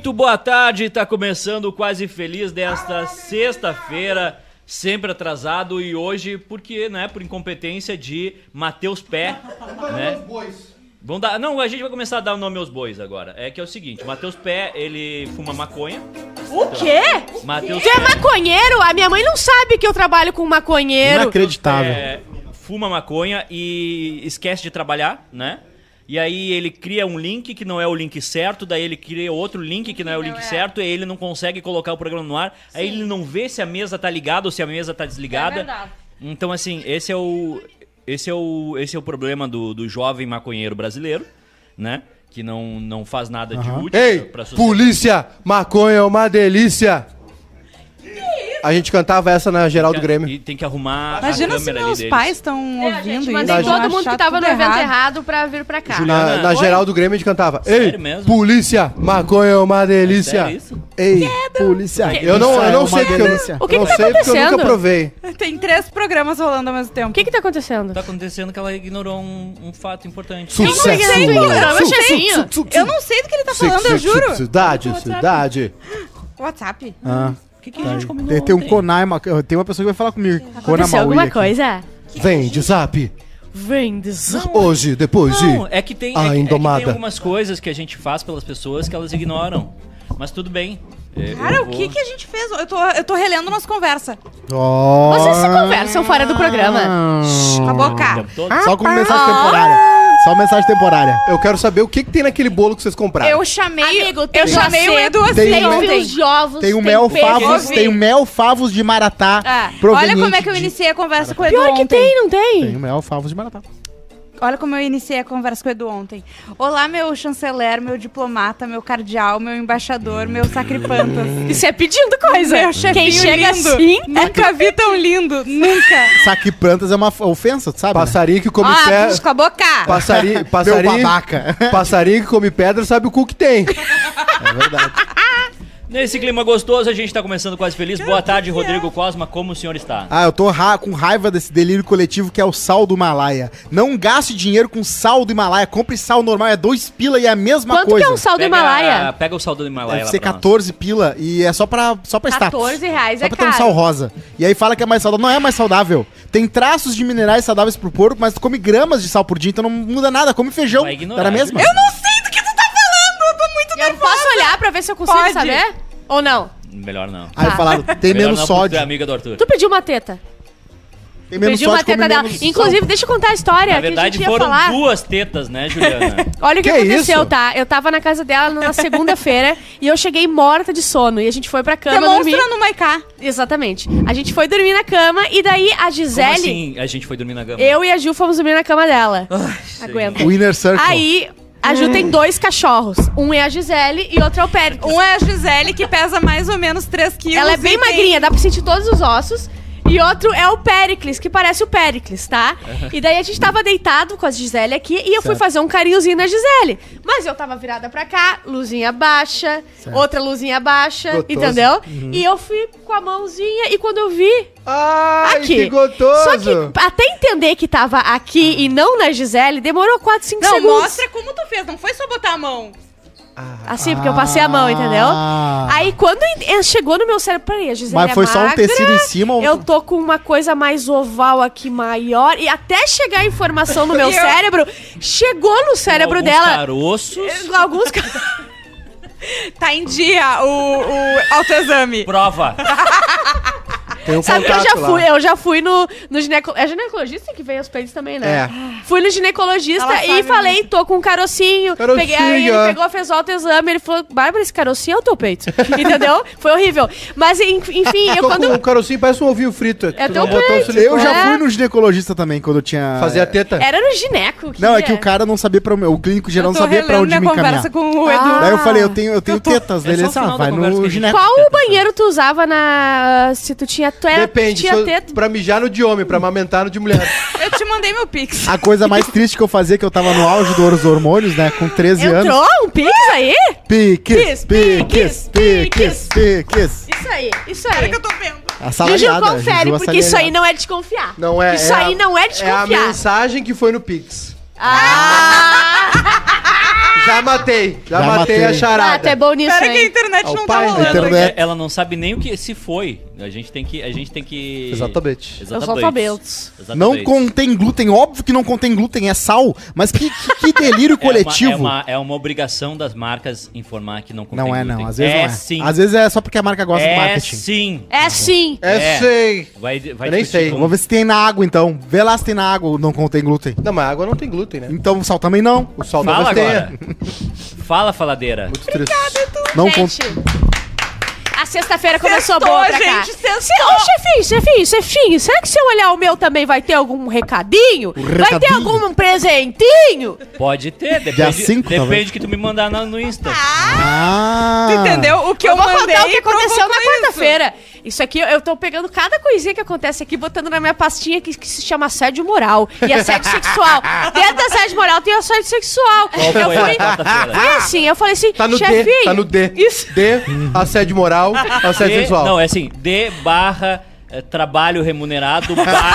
Muito boa tarde, tá começando o Quase Feliz desta sexta-feira, sempre atrasado e hoje, porque, né, por incompetência de Matheus Pé, né? Vamos dar, não, a gente vai começar a dar o nome aos bois agora. É que é o seguinte, Matheus Pé, ele fuma maconha. O quê? Matheus Tu é maconheiro? A minha mãe não sabe que eu trabalho com maconheiro. Inacreditável. Fuma maconha e esquece de trabalhar, né? E aí ele cria um link que não é o link certo, daí ele cria outro link que não é o link certo, e aí ele não consegue colocar o programa no ar, Sim. Aí ele não vê se a mesa tá ligada ou se a mesa tá desligada. É verdade. Então, assim, esse é o problema do jovem maconheiro brasileiro, né? Que não faz nada de útil. Ei, pra sociedade. polícia, maconha é uma delícia. A gente cantava essa na geral do Grêmio. E tem que arrumar Imagina a se câmera meus ali pais deles. estão ouvindo isso. Mandei Vão todo mundo que tava no tudo evento errado pra vir pra cá. Juliana, Na geral do Grêmio a gente cantava. Sério Ei, mesmo? polícia, maconha é uma delícia. Sério isso? Ei, polícia. Eu não sei porque O que eu não que tá sei porque eu nunca acontecendo? provei. Tem 3 programas rolando ao mesmo tempo. O que tá acontecendo? Tá acontecendo que não ignorou um fato importante. Sucesso. Eu não sei do que ele tá falando, eu juro. Cidade. WhatsApp? O que a gente combinou Tem um ontem? Konai, tem uma pessoa que vai falar comigo. Aconteceu alguma coisa? Vem de zap. Vem disso. Hoje, depois de... Não, é que tem Indomada. tem algumas coisas que a gente faz pelas pessoas que elas ignoram. Mas tudo bem. Cara, Eu o que a gente fez? Eu tô relendo nossa conversa. Vocês se conversam fora do programa. A boca. Só como mensagem temporária. Só mensagem temporária. Eu quero saber o que tem naquele bolo que vocês compraram. Eu chamei Amigo, eu chamei o Edu assim Tem ontem. fios de ovos, Tem o mel peixe. favos, tem o mel favos de Maratá. Olha proveniente como é que eu de- iniciei a conversa com o Edu Pior que ontem. tem, não tem? Tem o mel favos de Maratá. Olha como eu iniciei a conversa com o Edu ontem. Olá, meu chanceler, meu diplomata, meu cardeal, meu embaixador, meu sacripantas. Isso é pedindo coisa. Meu chefinho Quem chega lindo. assim... Nunca vi tão lindo, nunca. Saque-plantas é uma ofensa, tu sabe? Passarinho que come pedra. Com a boca. Passarinho, Meu babaca. passarinho que come pedra sabe o cu que tem. É verdade. Nesse clima gostoso, a gente tá começando Quase Feliz. Boa tarde, Rodrigo Cosma. Como o senhor está? Eu tô com raiva desse delírio coletivo que é o sal do Himalaia. Não gaste dinheiro com sal do Himalaia. Compre sal normal, é 2 pila e é a mesma Quanto coisa. que é um sal do Himalaia? Pega o sal do Himalaia Deve lá ser pra nós. 14 pila e é só pra status. 14 reais Só é pra ter um caro. sal rosa. E aí fala que é mais saudável. Não é mais saudável. Tem traços de minerais saudáveis pro porco, mas tu come gramas de sal por dia, então não muda nada. Come feijão. Vai ignorar, Era a mesma? Juliana. Eu não sei do que tu tá falando. Eu tô muito Eu posso olhar pra ver se eu consigo Pode. saber? Ou não? Melhor não. Aí falaram, tem Melhor menos não, porque tu sódio. é amiga do Arthur. Tu pediu uma teta. Tem menos Pediu uma sódio, come teta dela. menos Inclusive, deixa eu contar a história Na que a verdade, gente ia foram falar. 2 tetas, né, Juliana? Olha o que Que aconteceu, isso? tá? Eu tava na casa dela na segunda-feira e eu cheguei morta de sono. E a gente foi pra cama dormir. Demonstra no Maiká. Exatamente. A gente foi dormir na cama e daí a Como Gisele... assim a gente foi dormir na cama? Eu e a Ju fomos dormir na cama dela. Aguenta. O Inner Circle. Aí, a Ju tem 2 cachorros. Um é a Gisele e outro é o Péricles. Um é a Gisele, que pesa mais ou menos 3 quilos. Ela é bem e tem- magrinha, dá pra sentir todos os ossos. E outro é o Péricles, que parece o Péricles, tá? E daí a gente tava deitado com a Gisele aqui e eu fui fazer um carinhozinho na Gisele. Mas eu tava virada pra cá, luzinha baixa, outra luzinha baixa, Gostoso. entendeu? E eu fui com a mãozinha e quando eu vi, Ai, aqui. que gostoso. Só que até entender que tava aqui e não na Gisele, demorou 4, 5 Não, segundos. mostra como tu fez. Não foi só botar a mão. Assim, porque eu passei a mão, entendeu? Aí quando chegou no meu cérebro, peraí, a Gisele Mas foi só um magra, tecido em cima ou... eu tô com uma coisa mais oval aqui, maior. E até chegar a informação no meu E eu- cérebro, chegou no cérebro Alguns dela. caroços. Alguns Tá em dia o autoexame. Prova. Tem um Sabe que contato lá. eu já fui no ginecologista. É ginecologista que vem os peitos também, né? É. Fui no ginecologista Ela e sabe falei, tô com um carocinho. Carocinho. Peguei, aí ele pegou, fez o autoexame, ele falou, Bárbara, esse carocinho é o teu peito. Entendeu? Foi horrível. Mas, enfim, eu Tô quando... com um carocinho, parece um ovinho frito. É Tu teu não botou peito. o silicone. Eu já É. fui no ginecologista também, quando eu tinha... Fazer a teta. Era no gineco. Não, é que o cara não sabia pra onde... O clínico geral não sabia pra onde minha me encaminhar. conversa com o Edu. Daí eu falei, eu tenho tetas. É Daí ele só o disse, final da vai conversa que a no gente- gineco. Qual o banheiro tu usava na... Se tu tinha... Tu era, Depende, tinha se eu- teta... pra mijar no de homem, pra amamentar no de mulher. Eu te mandei meu pix. A coisa mais triste que eu fazia, que eu tava no auge dos hormônios, né, com 13 anos. Entrou um pix aí? Piques, piques, piques, piques. Isso aí. Que eu tô vendo. Juju, Assalariada. confere, Juju porque isso aí assalariada. não é desconfiar. Não é. Isso é aí a- não é É a desconfiar. mensagem que foi no Pix. Ah! Já matei matei. a charada. Ah, tu é bom nisso, Espera que a hein? internet Ao não pai, tá rolando. internet. Ela não sabe nem o que se foi. A gente tem que... Exatamente. Os alfabetos. Não contém glúten, óbvio que não contém glúten, é sal. Mas que delírio coletivo. É uma obrigação das marcas informar que não contém Não é, glúten. não. Às vezes não é. Sim. Às vezes é só porque a marca gosta do É marketing. sim. É sim. Sei. Vai Eu nem discutir sei. com- Vamos ver se tem na água, então. Vê lá se tem na água ou não contém glúten. Não, mas a água não tem glúten, né? Então o sal também não. O sal Fala talvez agora. tenha. Fala, faladeira. Muito triste. Não Gente, a sexta-feira começou Sextou, boa pra cá. gente, sextou. Ô, chefinho, será que se eu olhar o meu também vai ter algum recadinho? Vai ter recadinho? algum presentinho? Pode ter, Dia 5, depende talvez. que tu me mandar no Insta. Ah! Tu entendeu? O que Eu eu vou mandei contar o que aconteceu na provocou isso. quarta-feira. Isso aqui, eu tô pegando cada coisinha que acontece aqui, botando na minha pastinha que se chama assédio moral e assédio sexual. Dentro da assédio moral tem assédio sexual. Qual foi Eu a fui... quarta-feira? Foi assim, eu falei assim, Tá no chefinho... D, tá no D. Isso. D, assédio moral, assédio sexual. Não, é assim, trabalho remunerado,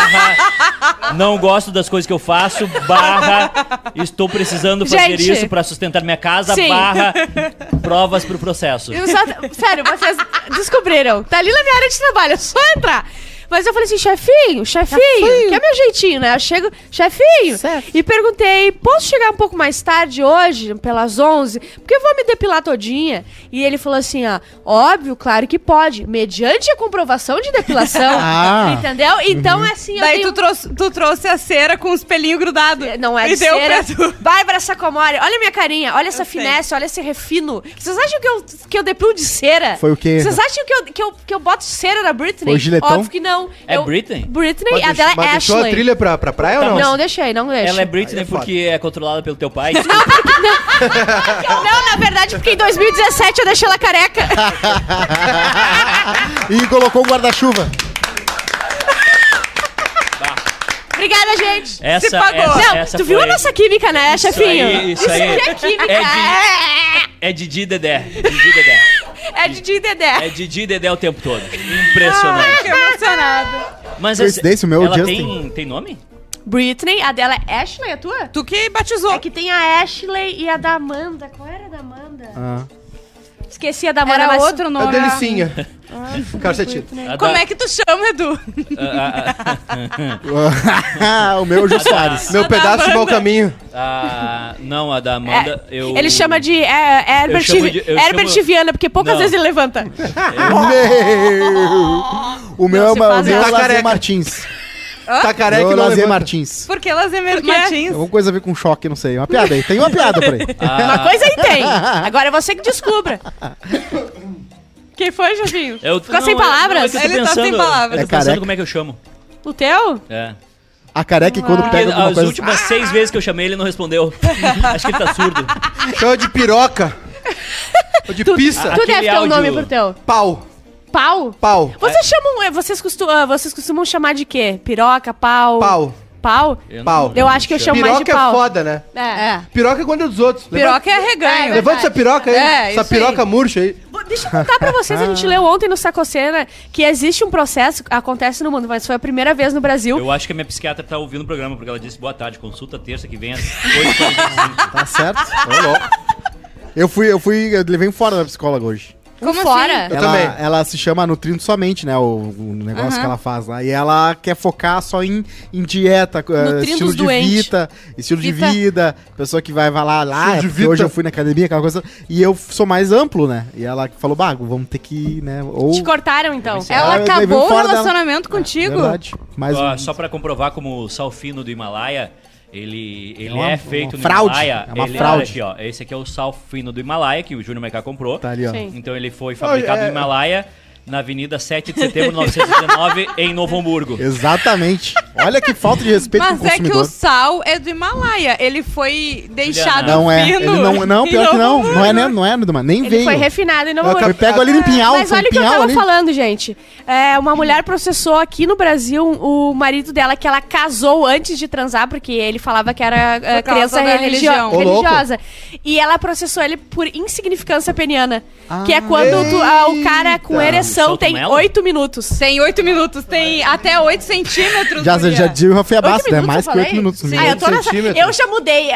não gosto das coisas que eu faço, estou precisando fazer Gente. isso para sustentar minha casa, Sim. provas pro processo. Sério, vocês descobriram. Tá ali na minha área de trabalho, é só entrar. Mas eu falei assim, chefinho, que é meu jeitinho, né? Eu chego, chefinho, e perguntei, posso chegar um pouco mais tarde hoje, pelas 11? Porque eu vou me depilar todinha. E ele falou assim, ó, óbvio, claro que pode, mediante a comprovação de depilação. Ah. Entendeu? Então, assim, eu Daí tenho... tu trouxe a cera com os pelinhos grudados. Não é E de deu cera. pra tu. Bárbara Sacomori, olha a minha carinha, olha essa Eu sei. finesse, olha esse refino. Vocês acham que eu depilo de cera? Foi o quê? Vocês acham que eu boto cera na Britney? Foi o giletão? Óbvio que não. É Britney? Britney, Mas a dela mas é deixou a Ashley. trilha pra praia ou não? Não, deixei, não deixei. Ela é Britney Aí é foda. porque é controlada pelo teu pai. Não, na verdade, porque em 2017 eu deixei ela careca. E colocou o guarda-chuva. Obrigada, gente. Se pagou. Não, tu viu a nossa química, né, chefinho? Isso aí. aqui é química. É Didi Dedé. Didi Dedé. É Didi e Dedé. É Didi Dedé o tempo todo. Impressionante. Que emocionado. Mas Coincidência, o meu ela Justin. tem nome? Britney, a dela é Ashley, a tua? Tu que batizou. É que tem a Ashley e a da Amanda. Qual era a da Amanda? Ah. Esqueci a da Amanda, Era mas... outro É o nome. Delicinha. Carcetinho. Como é que tu chama, Edu? O meu é o Jô Soares. Meu pedaço de mau caminho. Não, a da Amanda, eu... Ele chama de Herbert, eu Herbert chamo- Viana, porque poucas Não. vezes ele levanta. O meu Não, é você o faz meu é essa. o Lazer Martins. Tá careca Meu e não Lazer levanta. Martins. Por que Lazer Martins? Alguma coisa a ver com choque, não sei. Uma piada aí. Tem uma piada por aí. Uma coisa aí tem. Agora é você que descubra. Quem foi, Jovinho? Ficou sem palavras? Eu tô Ele tá sem palavras. Eu É tô pensando careca. como é que eu chamo. O teu? É. A careca, quando Porque pega alguma as coisa... últimas 6 vezes que eu chamei, ele não respondeu. Acho que ele tá surdo. Chama de piroca. Ou de pizza. Tu Aquele deve ter um áudio- nome pro teu. Pau. Pau? Pau. Vocês costumam chamar de quê? Piroca, pau? Pau. Pau? Pau. Eu acho que eu chamo mais de Piroca pau. é foda, né? É. Piroca é quando é dos outros. Piroca é arreganho. Levanta essa piroca aí. É, essa isso aí. piroca murcha aí. Deixa eu contar pra vocês, a gente leu ontem no Sacocena que existe um processo, acontece no mundo, mas foi a primeira vez no Brasil. Eu acho que a minha psiquiatra tá ouvindo o programa, porque ela disse, boa tarde, consulta terça que vem às 8h45. Tá certo? Ô, louco. Eu levei fora da psicóloga hoje. Como fora? Eu também. Ela se chama Nutrindo Somente, né? O negócio que ela faz lá. E ela quer focar só em dieta, estilo os de doentes. estilo de Vita. vida, pessoa que vai lá, Estilo de porque vida. hoje eu fui na academia, aquela coisa. E eu sou mais amplo, né? E ela falou, vamos ter que, né? Ou... Te cortaram, então. Ela Eu levei acabou o fora dela. relacionamento contigo? Verdade. Mas Ó, só pra comprovar como o sal fino do Himalaia, ele uma- é feito uma no fraude, Himalaia. é uma ele, fraude. Olha aqui, ó, esse aqui é o sal fino do Himalaia, que o Júnior Maiká comprou. tá ali, ó. Sim. Então ele foi fabricado Oh, no Himalaia, na Avenida 7 de Setembro de 1919, em Novo Hamburgo. Exatamente. Olha que falta de respeito com o Mas é que consumidor. o sal é do Himalaia. Ele foi deixado Não é. fino. Ele não, em pior que não. Novo Não é, Hamburgo. não é, nem Ele veio. foi refinado e não Foi pego ali no pinhal, Mas foi olha o que eu pinhal tava ali. falando, gente. Uma mulher processou aqui no Brasil o marido dela, que ela casou antes de transar, porque ele falava que era Por causa criança da religião. Ô, louco. religiosa. E ela processou ele por insignificância peniana. Ah, que é quando o cara com eita. gravação Celton tem Mello? 8 minutos. Tem 8 minutos, tem até 8 centímetros. Já guria. dizia o Rafael 8 Bastos, né? minutos, Mais eu que 8 falei? minutos. Ah, eu tô nessa... centímetros. Eu já mudei.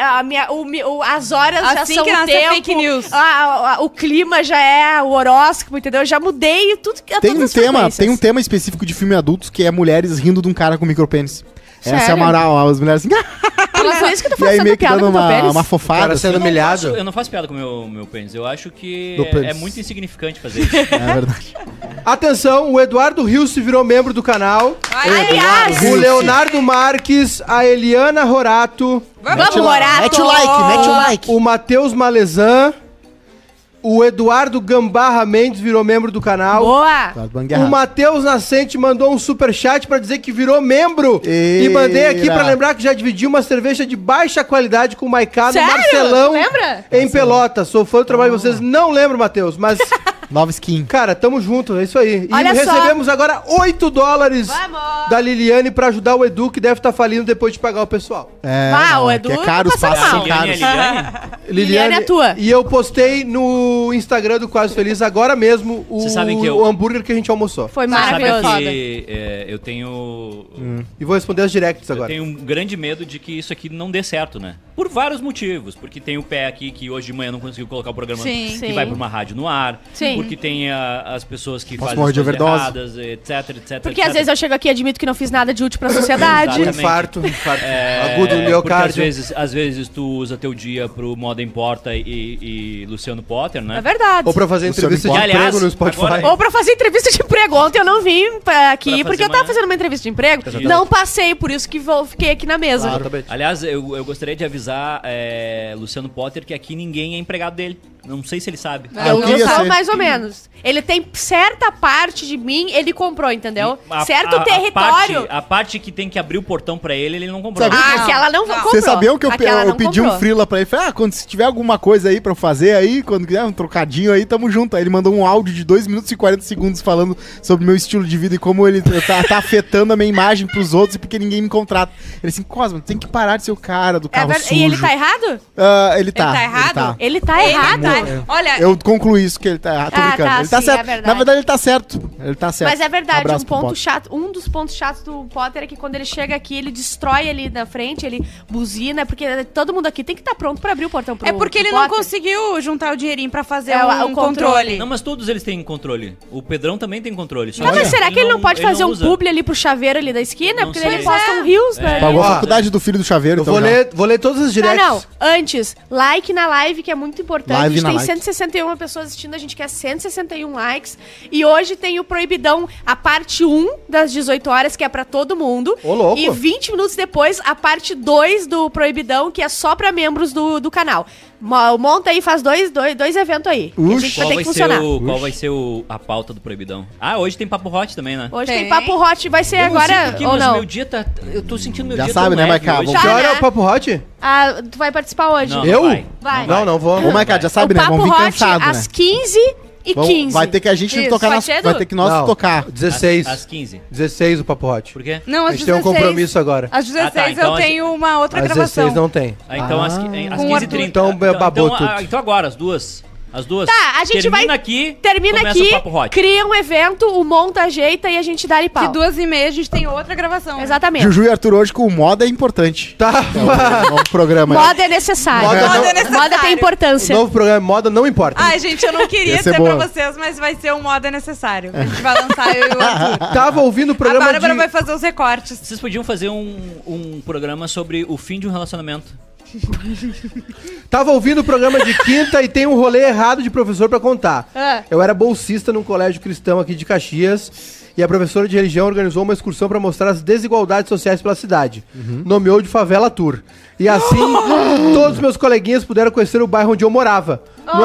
As horas Assim já são que o nasce tempo. fake news. O clima já é o horóscopo, entendeu? Eu já mudei tudo. Tem todas um as tema, frequências. tem um tema específico de filme adultos que é mulheres rindo de um cara com micropênis. Essa é a Sério? moral, as mulheres assim. Por isso que tu E aí faz meio tanta que piada dando com o teu pênis. uma O fofada. cara assim. sendo humilhado. Eu não faço piada com o meu pênis. Eu acho que Do pênis. é muito insignificante fazer isso. É verdade. Atenção, o Eduardo Rios se virou membro do canal. Aliás, O Leonardo Marques, a Eliana Rorato, vamos, Morato. Mete o like. o Matheus Malezan, o Eduardo Gambarra Mendes virou membro do canal. Boa. O Matheus Nascente mandou um superchat pra dizer que virou membro. E Eira. mandei aqui pra lembrar que já dividiu uma cerveja de baixa qualidade com o Maiká no Sério? Marcelão. Lembra? Em Pelotas. Sou fã do trabalho de vocês. Não lembro, Matheus, mas... Nova skin. Cara, tamo junto, é isso aí. E Olha só. recebemos agora $8 Vamos. da Liliane pra ajudar o Edu, que deve estar falindo depois de pagar o pessoal. É, Ah, o não, Edu que é caro, os tá passando passos mal. são Liliane, caros. Liliane é tua. E eu postei no Instagram do Quase Feliz agora mesmo Vocês sabem que o hambúrguer que a gente almoçou. Foi Sabe maravilhoso. que eu tenho... E vou responder as directs Eu agora. tenho um grande medo de que isso aqui não dê certo, né? Por vários motivos. Porque tem o pé aqui que hoje de manhã não conseguiu colocar o programa Sim. que Sim. vai pra uma rádio no ar. Sim. Porque tem as pessoas que Posso fazem morrer as de coisas overdose. erradas, etc. Porque às vezes eu chego aqui e admito que não fiz nada de útil pra sociedade. Exatamente. Infarto agudo no Porque miocárdio. às vezes tu usa teu dia pro Moda Importa e Luciano Potter, né? É verdade. Ou pra fazer entrevista de Aliás, emprego no Spotify. agora- Ou pra fazer entrevista de emprego. Ontem eu não vim aqui Pra fazer porque eu tava uma- fazendo uma entrevista de emprego. Não passei, por isso que fiquei aqui na mesa. Exatamente. Aliás, eu gostaria de avisar Luciano Potter que aqui ninguém é empregado dele. Não sei se ele sabe. Eu queria sou ser. mais ou menos. Ele tem certa parte de mim, ele comprou, entendeu? Certo território. A parte que tem que abrir o portão pra ele não comprou. Sabe- Ah, aquela não comprou. Vocês sabiam que eu Aquela não pedi um comprou. freela pra ele? Falei, quando se tiver alguma coisa aí pra eu fazer aí, quando quiser um trocadinho aí, tamo junto. Aí ele mandou um áudio de 2 minutos e 40 segundos falando sobre o meu estilo de vida e como ele tá afetando a minha imagem pros outros e porque ninguém me contrata. Ele assim, Cosma, tem que parar de ser o cara do carro sujo. E ele tá errado? Ah, ele tá. tá errado? Ele tá errado. Olha, Eu concluí isso que ele tá errado. Tô Ah, brincando. tá, Ele tá sim, certo. é verdade. Na verdade, ele tá certo. Ele tá certo. Mas é verdade, Abraço pro Potter. um dos pontos chatos do Potter é que quando ele chega aqui, ele destrói ali na frente, ele buzina, porque todo mundo aqui tem que estar pronto pra abrir o portão pro é porque pro ele não Potter. conseguiu juntar o dinheirinho pra fazer É, um o controle. Não, mas todos eles têm controle. O Pedrão também tem controle. Só Não, mas que será que ele não pode fazer um usa. publi ali pro chaveiro ali da esquina? Não Porque sei. ele posta um rios, né? Pagou Ó, a faculdade do filho do chaveiro, Eu então. vou já. ler todas as directs. Não, antes, like na live, que é muito importante. Live a gente na tem like. 161 pessoas assistindo, a gente quer 161 likes. E hoje tem o Proibidão, a parte 1 das 18 horas, que é pra todo mundo. Ô, louco. E 20 minutos depois, a parte 2 do Proibidão, que é só pra membros do canal. Monta aí, faz dois eventos aí. Que a gente vai ter que funcionar. Qual vai ser a pauta do Proibidão? Ah, hoje tem Papo Hot também, né? Hoje tem Tem. Papo Hot, vai ser Eu não sei agora porquê, ou mas não? meu dia tá... Eu tô sentindo meu Já dia sabe, tão né, leve Maiká? hoje. Tá, Que hora né? é o Papo Hot? Ah, tu vai participar hoje. Não, Eu? não vai. Vai. Não vou. Ô, Maiká, já sabe, o né? Papo Vamos vir Hot cansado, né? às 15h15. Vai ter que a gente Isso, tocar pode nas... ser, Vai Edu? ter que nós Não, tocar. 16. Às 15. 16 o Papo Hot. Por quê? Não, A às gente tem um 16. compromisso agora. Às 16 Ah, tá, então eu tenho uma outra Às gravação. 16 não tem. Ah, então às Com o 15h30. Arthur. Então, babou tudo. Então agora, as duas. As duas. Tá, a gente Termina vai... aqui, Termina começa aqui, o Papo Hot. cria um evento, o monta, ajeita e a gente dá ali pau. Que 2h30 a gente tem outra gravação. Exatamente. Juju e Arthur hoje com o moda é importante. Tá. É um programa. Moda é necessário. Moda não- é necessário. Moda tem O importância. novo programa Moda não importa. Ai, gente, eu não queria Ia ser dizer pra boa. vocês, mas vai ser um moda necessário. A gente vai lançar eu e o Arthur. Tava ouvindo o A programa Bárbara de... vai fazer os recortes. Vocês podiam fazer um programa sobre o fim de um relacionamento. Tava ouvindo o programa de quinta e tem um rolê errado de professor pra contar. Ah. Eu era bolsista num colégio cristão aqui de Caxias e a professora de religião organizou uma excursão pra mostrar as desigualdades sociais pela cidade. Nomeou de Favela Tour. E assim, todos os meus coleguinhas puderam conhecer o bairro onde eu morava.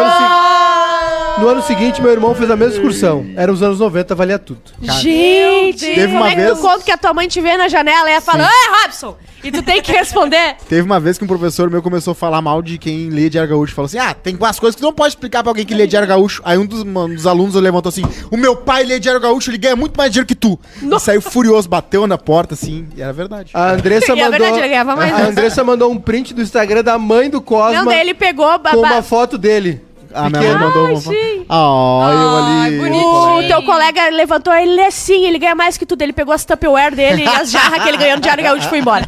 No ano seguinte, meu irmão fez a mesma excursão. Era os anos 90, valia tudo. Gente, Teve como uma é que vez- tu conta que a tua mãe te vê na janela e ela fala, oi, Robson! E tu tem que responder. Teve uma vez que um professor meu começou a falar mal de quem lê Diário Gaúcho. Falou assim, tem umas coisas que tu não pode explicar pra alguém que lê Diário Gaúcho. Aí um dos alunos levantou assim, o meu pai lê Diário Gaúcho, ele ganha muito mais dinheiro que tu. E saiu furioso, bateu na porta, assim, e era verdade. A Andressa E é mandou... verdade, ele ganhava mais. A Andressa mandou um print do Instagram da mãe do Cosma Não, daí ele pegou... com uma foto dele. A minha mãe mandou uma foto. sim. Eu ali. bonitinho. O teu colega levantou ele assim, ele ganha mais que tudo. Ele pegou as Tupperware dele e as jarras que ele ganhou no Diário Gaúcho e foi embora.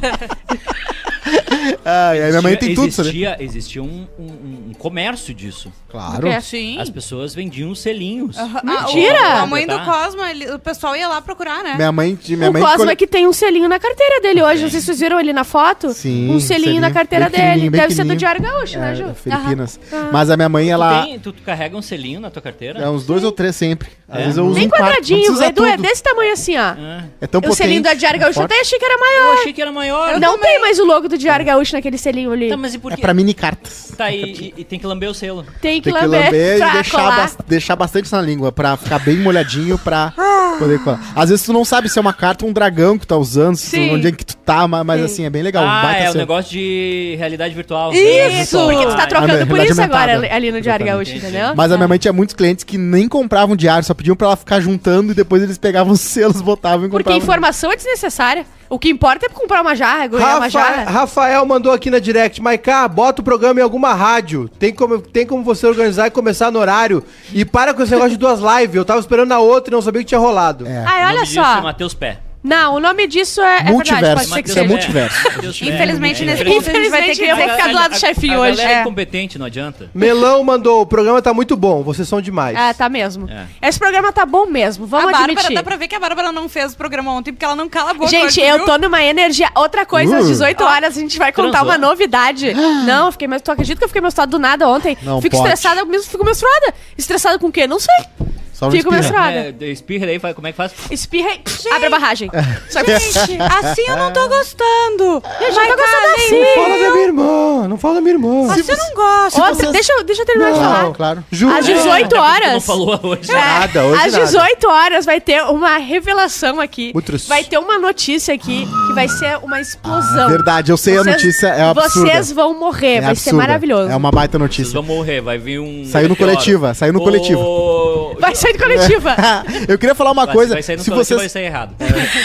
Aí minha mãe tem tudo, sabe? Existia um comércio disso. Claro. É. Sim. As pessoas vendiam os selinhos. Mentira! A mãe do Tá. Cosma, o pessoal ia lá procurar, né? Minha mãe O Cosma que tem um selinho na carteira dele hoje. Não sei se vocês viram ali na foto. Sim, Um selinho na carteira bem pequenininho, dele. bem Deve ser do pequenininho. Diário Gaúcho, né, Ju? Filipinas. Mas a minha mãe, ela... Tu carrega um selinho na tua carteira? É uns 2 ou 3 sempre. Às vezes eu uso Bem um quarto. Não quadradinho. precisa Edu é tudo. desse tamanho assim, ó. Ah, É tão O potente. selinho do Diário Gaúcho eu forte. até achei que era eu maior. achei que era maior. Não tem mais o logo do Diário Gaúcho naquele selinho ali. Tá, mas e por É quê? pra mini cartas. Tá, e tem que lamber o selo. Tem que Tem que lamber lamber pra e deixar, colar. deixar bastante na língua, pra ficar bem molhadinho, pra poder colar. Às vezes tu não sabe se é uma carta ou um dragão que tu tá usando, se tu, Sim. onde é que tu tá, mas assim, é bem legal. É o selo. negócio de realidade virtual. Isso! Porque tu tá trocando por realidade isso agora aumentada. ali no Diário Gaúcho, Entendi. entendeu? Mas a minha mãe tinha muitos clientes que nem compravam diário, só pediam pra ela ficar juntando e depois eles pegavam os selos, botavam e Porque compravam. informação é desnecessária. O que importa é comprar uma jarra, ganhar uma jarra. Rafael mandou aqui na direct. Maiká, bota o programa em alguma rádio. Tem como você organizar e começar no horário. E para com esse negócio de 2 lives. Eu tava esperando na outra e não sabia que tinha rolado. É. Ai, O olha nome disso é só. Matheus Pé. Não, o nome disso é verdade, Multiverso. pode ser que Isso é seja. multiverso. Matheus Pé. Infelizmente, É, nesse é. ponto a gente vai ter que eu vou dizer ficar do lado do chefinho A hoje. galera é É. incompetente, não adianta. Melão mandou. O programa tá muito bom. Vocês são demais. Ah, tá mesmo. É. Esse programa tá bom mesmo, A vamos Bárbara, admitir. dá pra ver que a Bárbara não fez o programa ontem porque ela não cala a boca. Gente, hoje, eu viu? tô numa energia. Outra coisa, às 18 horas a gente vai contar Transou? uma novidade. Não, eu fiquei mais. Tu acredita que eu fiquei menstruada do nada ontem? Não Fico pode. estressada, eu mesmo fico menstruada. Estressada com o quê? Não sei. Só não Fico espirra. menstruada. Espirra daí, como é que faz? Espirra e abre a barragem. Só que. Gente, assim eu não tô gostando. Eu já tô gostando assim. Não fala da minha irmã. Não fala da minha irmã. Assim eu não gosto. Outra, deixa eu terminar de falar. Não, claro. Ju, Às 18 Até porque tu não horas. falou hoje. Nada, hoje Às nada. 18 horas vai ter uma revelação aqui. Outros. Vai ter uma notícia aqui que vai ser uma explosão. Verdade, eu sei a notícia, é absurda. Vocês vão morrer, É vai ser absurda. maravilhoso. É uma baita Vocês notícia. vão morrer, vai vir um... Saiu no coletiva, saiu no coletivo. Vai sair de coletiva. Eu queria falar uma coisa. Vai sair no Se coletivo, vai vocês, sair errado.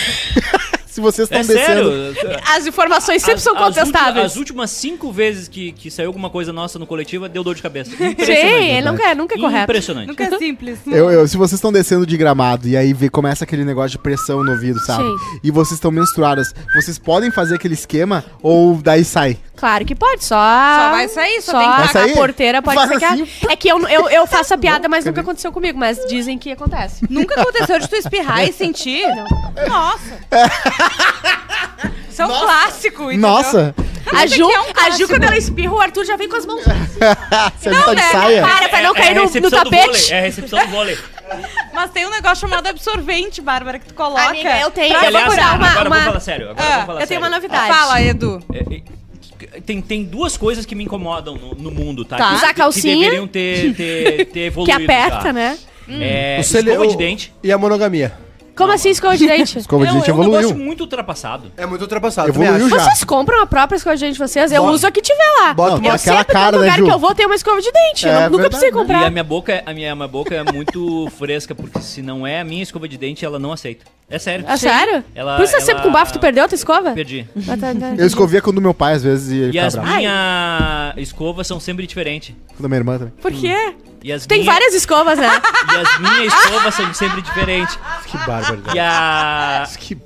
se vocês estão É descendo. sério. As informações sempre são contestáveis. As últimas 5 vezes que saiu alguma coisa nossa no coletivo, deu dor de cabeça. Sim, Impressionante. ele nunca é correto. Impressionante. Nunca é simples. Se vocês estão descendo de Gramado e aí começa aquele negócio de pressão no ouvido, sabe? Sim. E vocês estão menstruadas, vocês podem fazer aquele esquema ou daí sai? Claro que pode, só vai sair, só tem que Vai sair? a porteira pode Faz ser que assim. É que eu faço a piada, mas nunca aconteceu comigo, mas dizem que acontece. Nunca aconteceu de tu espirrar e sentir? Nossa. Isso é um clássico, entendeu? Nossa! A Ju, que é um a Ju, clássico. quando ela espirra, o Arthur já vem com as mãos. Se a gente tá de né? saia. Para, pra não cair a no recepção do tapete. vôlei, é a recepção do vôlei. Mas tem um negócio chamado absorvente, Bárbara, que tu coloca. Amiga, eu tenho. Que, Eu vou aliás, procurar agora uma... vamos falar sério. Agora vamos falar Eu tenho uma sério. novidade. Fala, Edu. Tem 2 coisas que me incomodam no mundo, tá? Tá. Usar calcinha. Que deveriam ter Que evoluído aperta, já. né? É, O cele- escova de o- dente. E a monogamia. Como assim escova de dente? Escova de dente É um negócio evoluiu. muito ultrapassado. É muito ultrapassado. Evoluiu também acho. já. Vocês compram a própria escova de dente de vocês? Eu Bota- uso a que tiver lá. bota Eu uma- aquela sempre, cara, todo né, lugar Ju? que eu vou, tem uma escova de dente. É Eu nunca verdade. precisei E comprar. a minha boca é muito fresca, porque se não é a minha escova de dente, ela não aceita. É sério. Ah, sério? Ela- Por isso você sempre com bafo, tu perdeu a tua escova? Perdi. Ah, tá. Eu escovia com o do meu pai às vezes e ele E ficava as bravo. minhas escovas são sempre diferentes. Com o da minha irmã também. Por quê? E as Tem minhas- várias escovas, né? E as minhas escovas são sempre diferentes. Que bárbaro. E a... Que...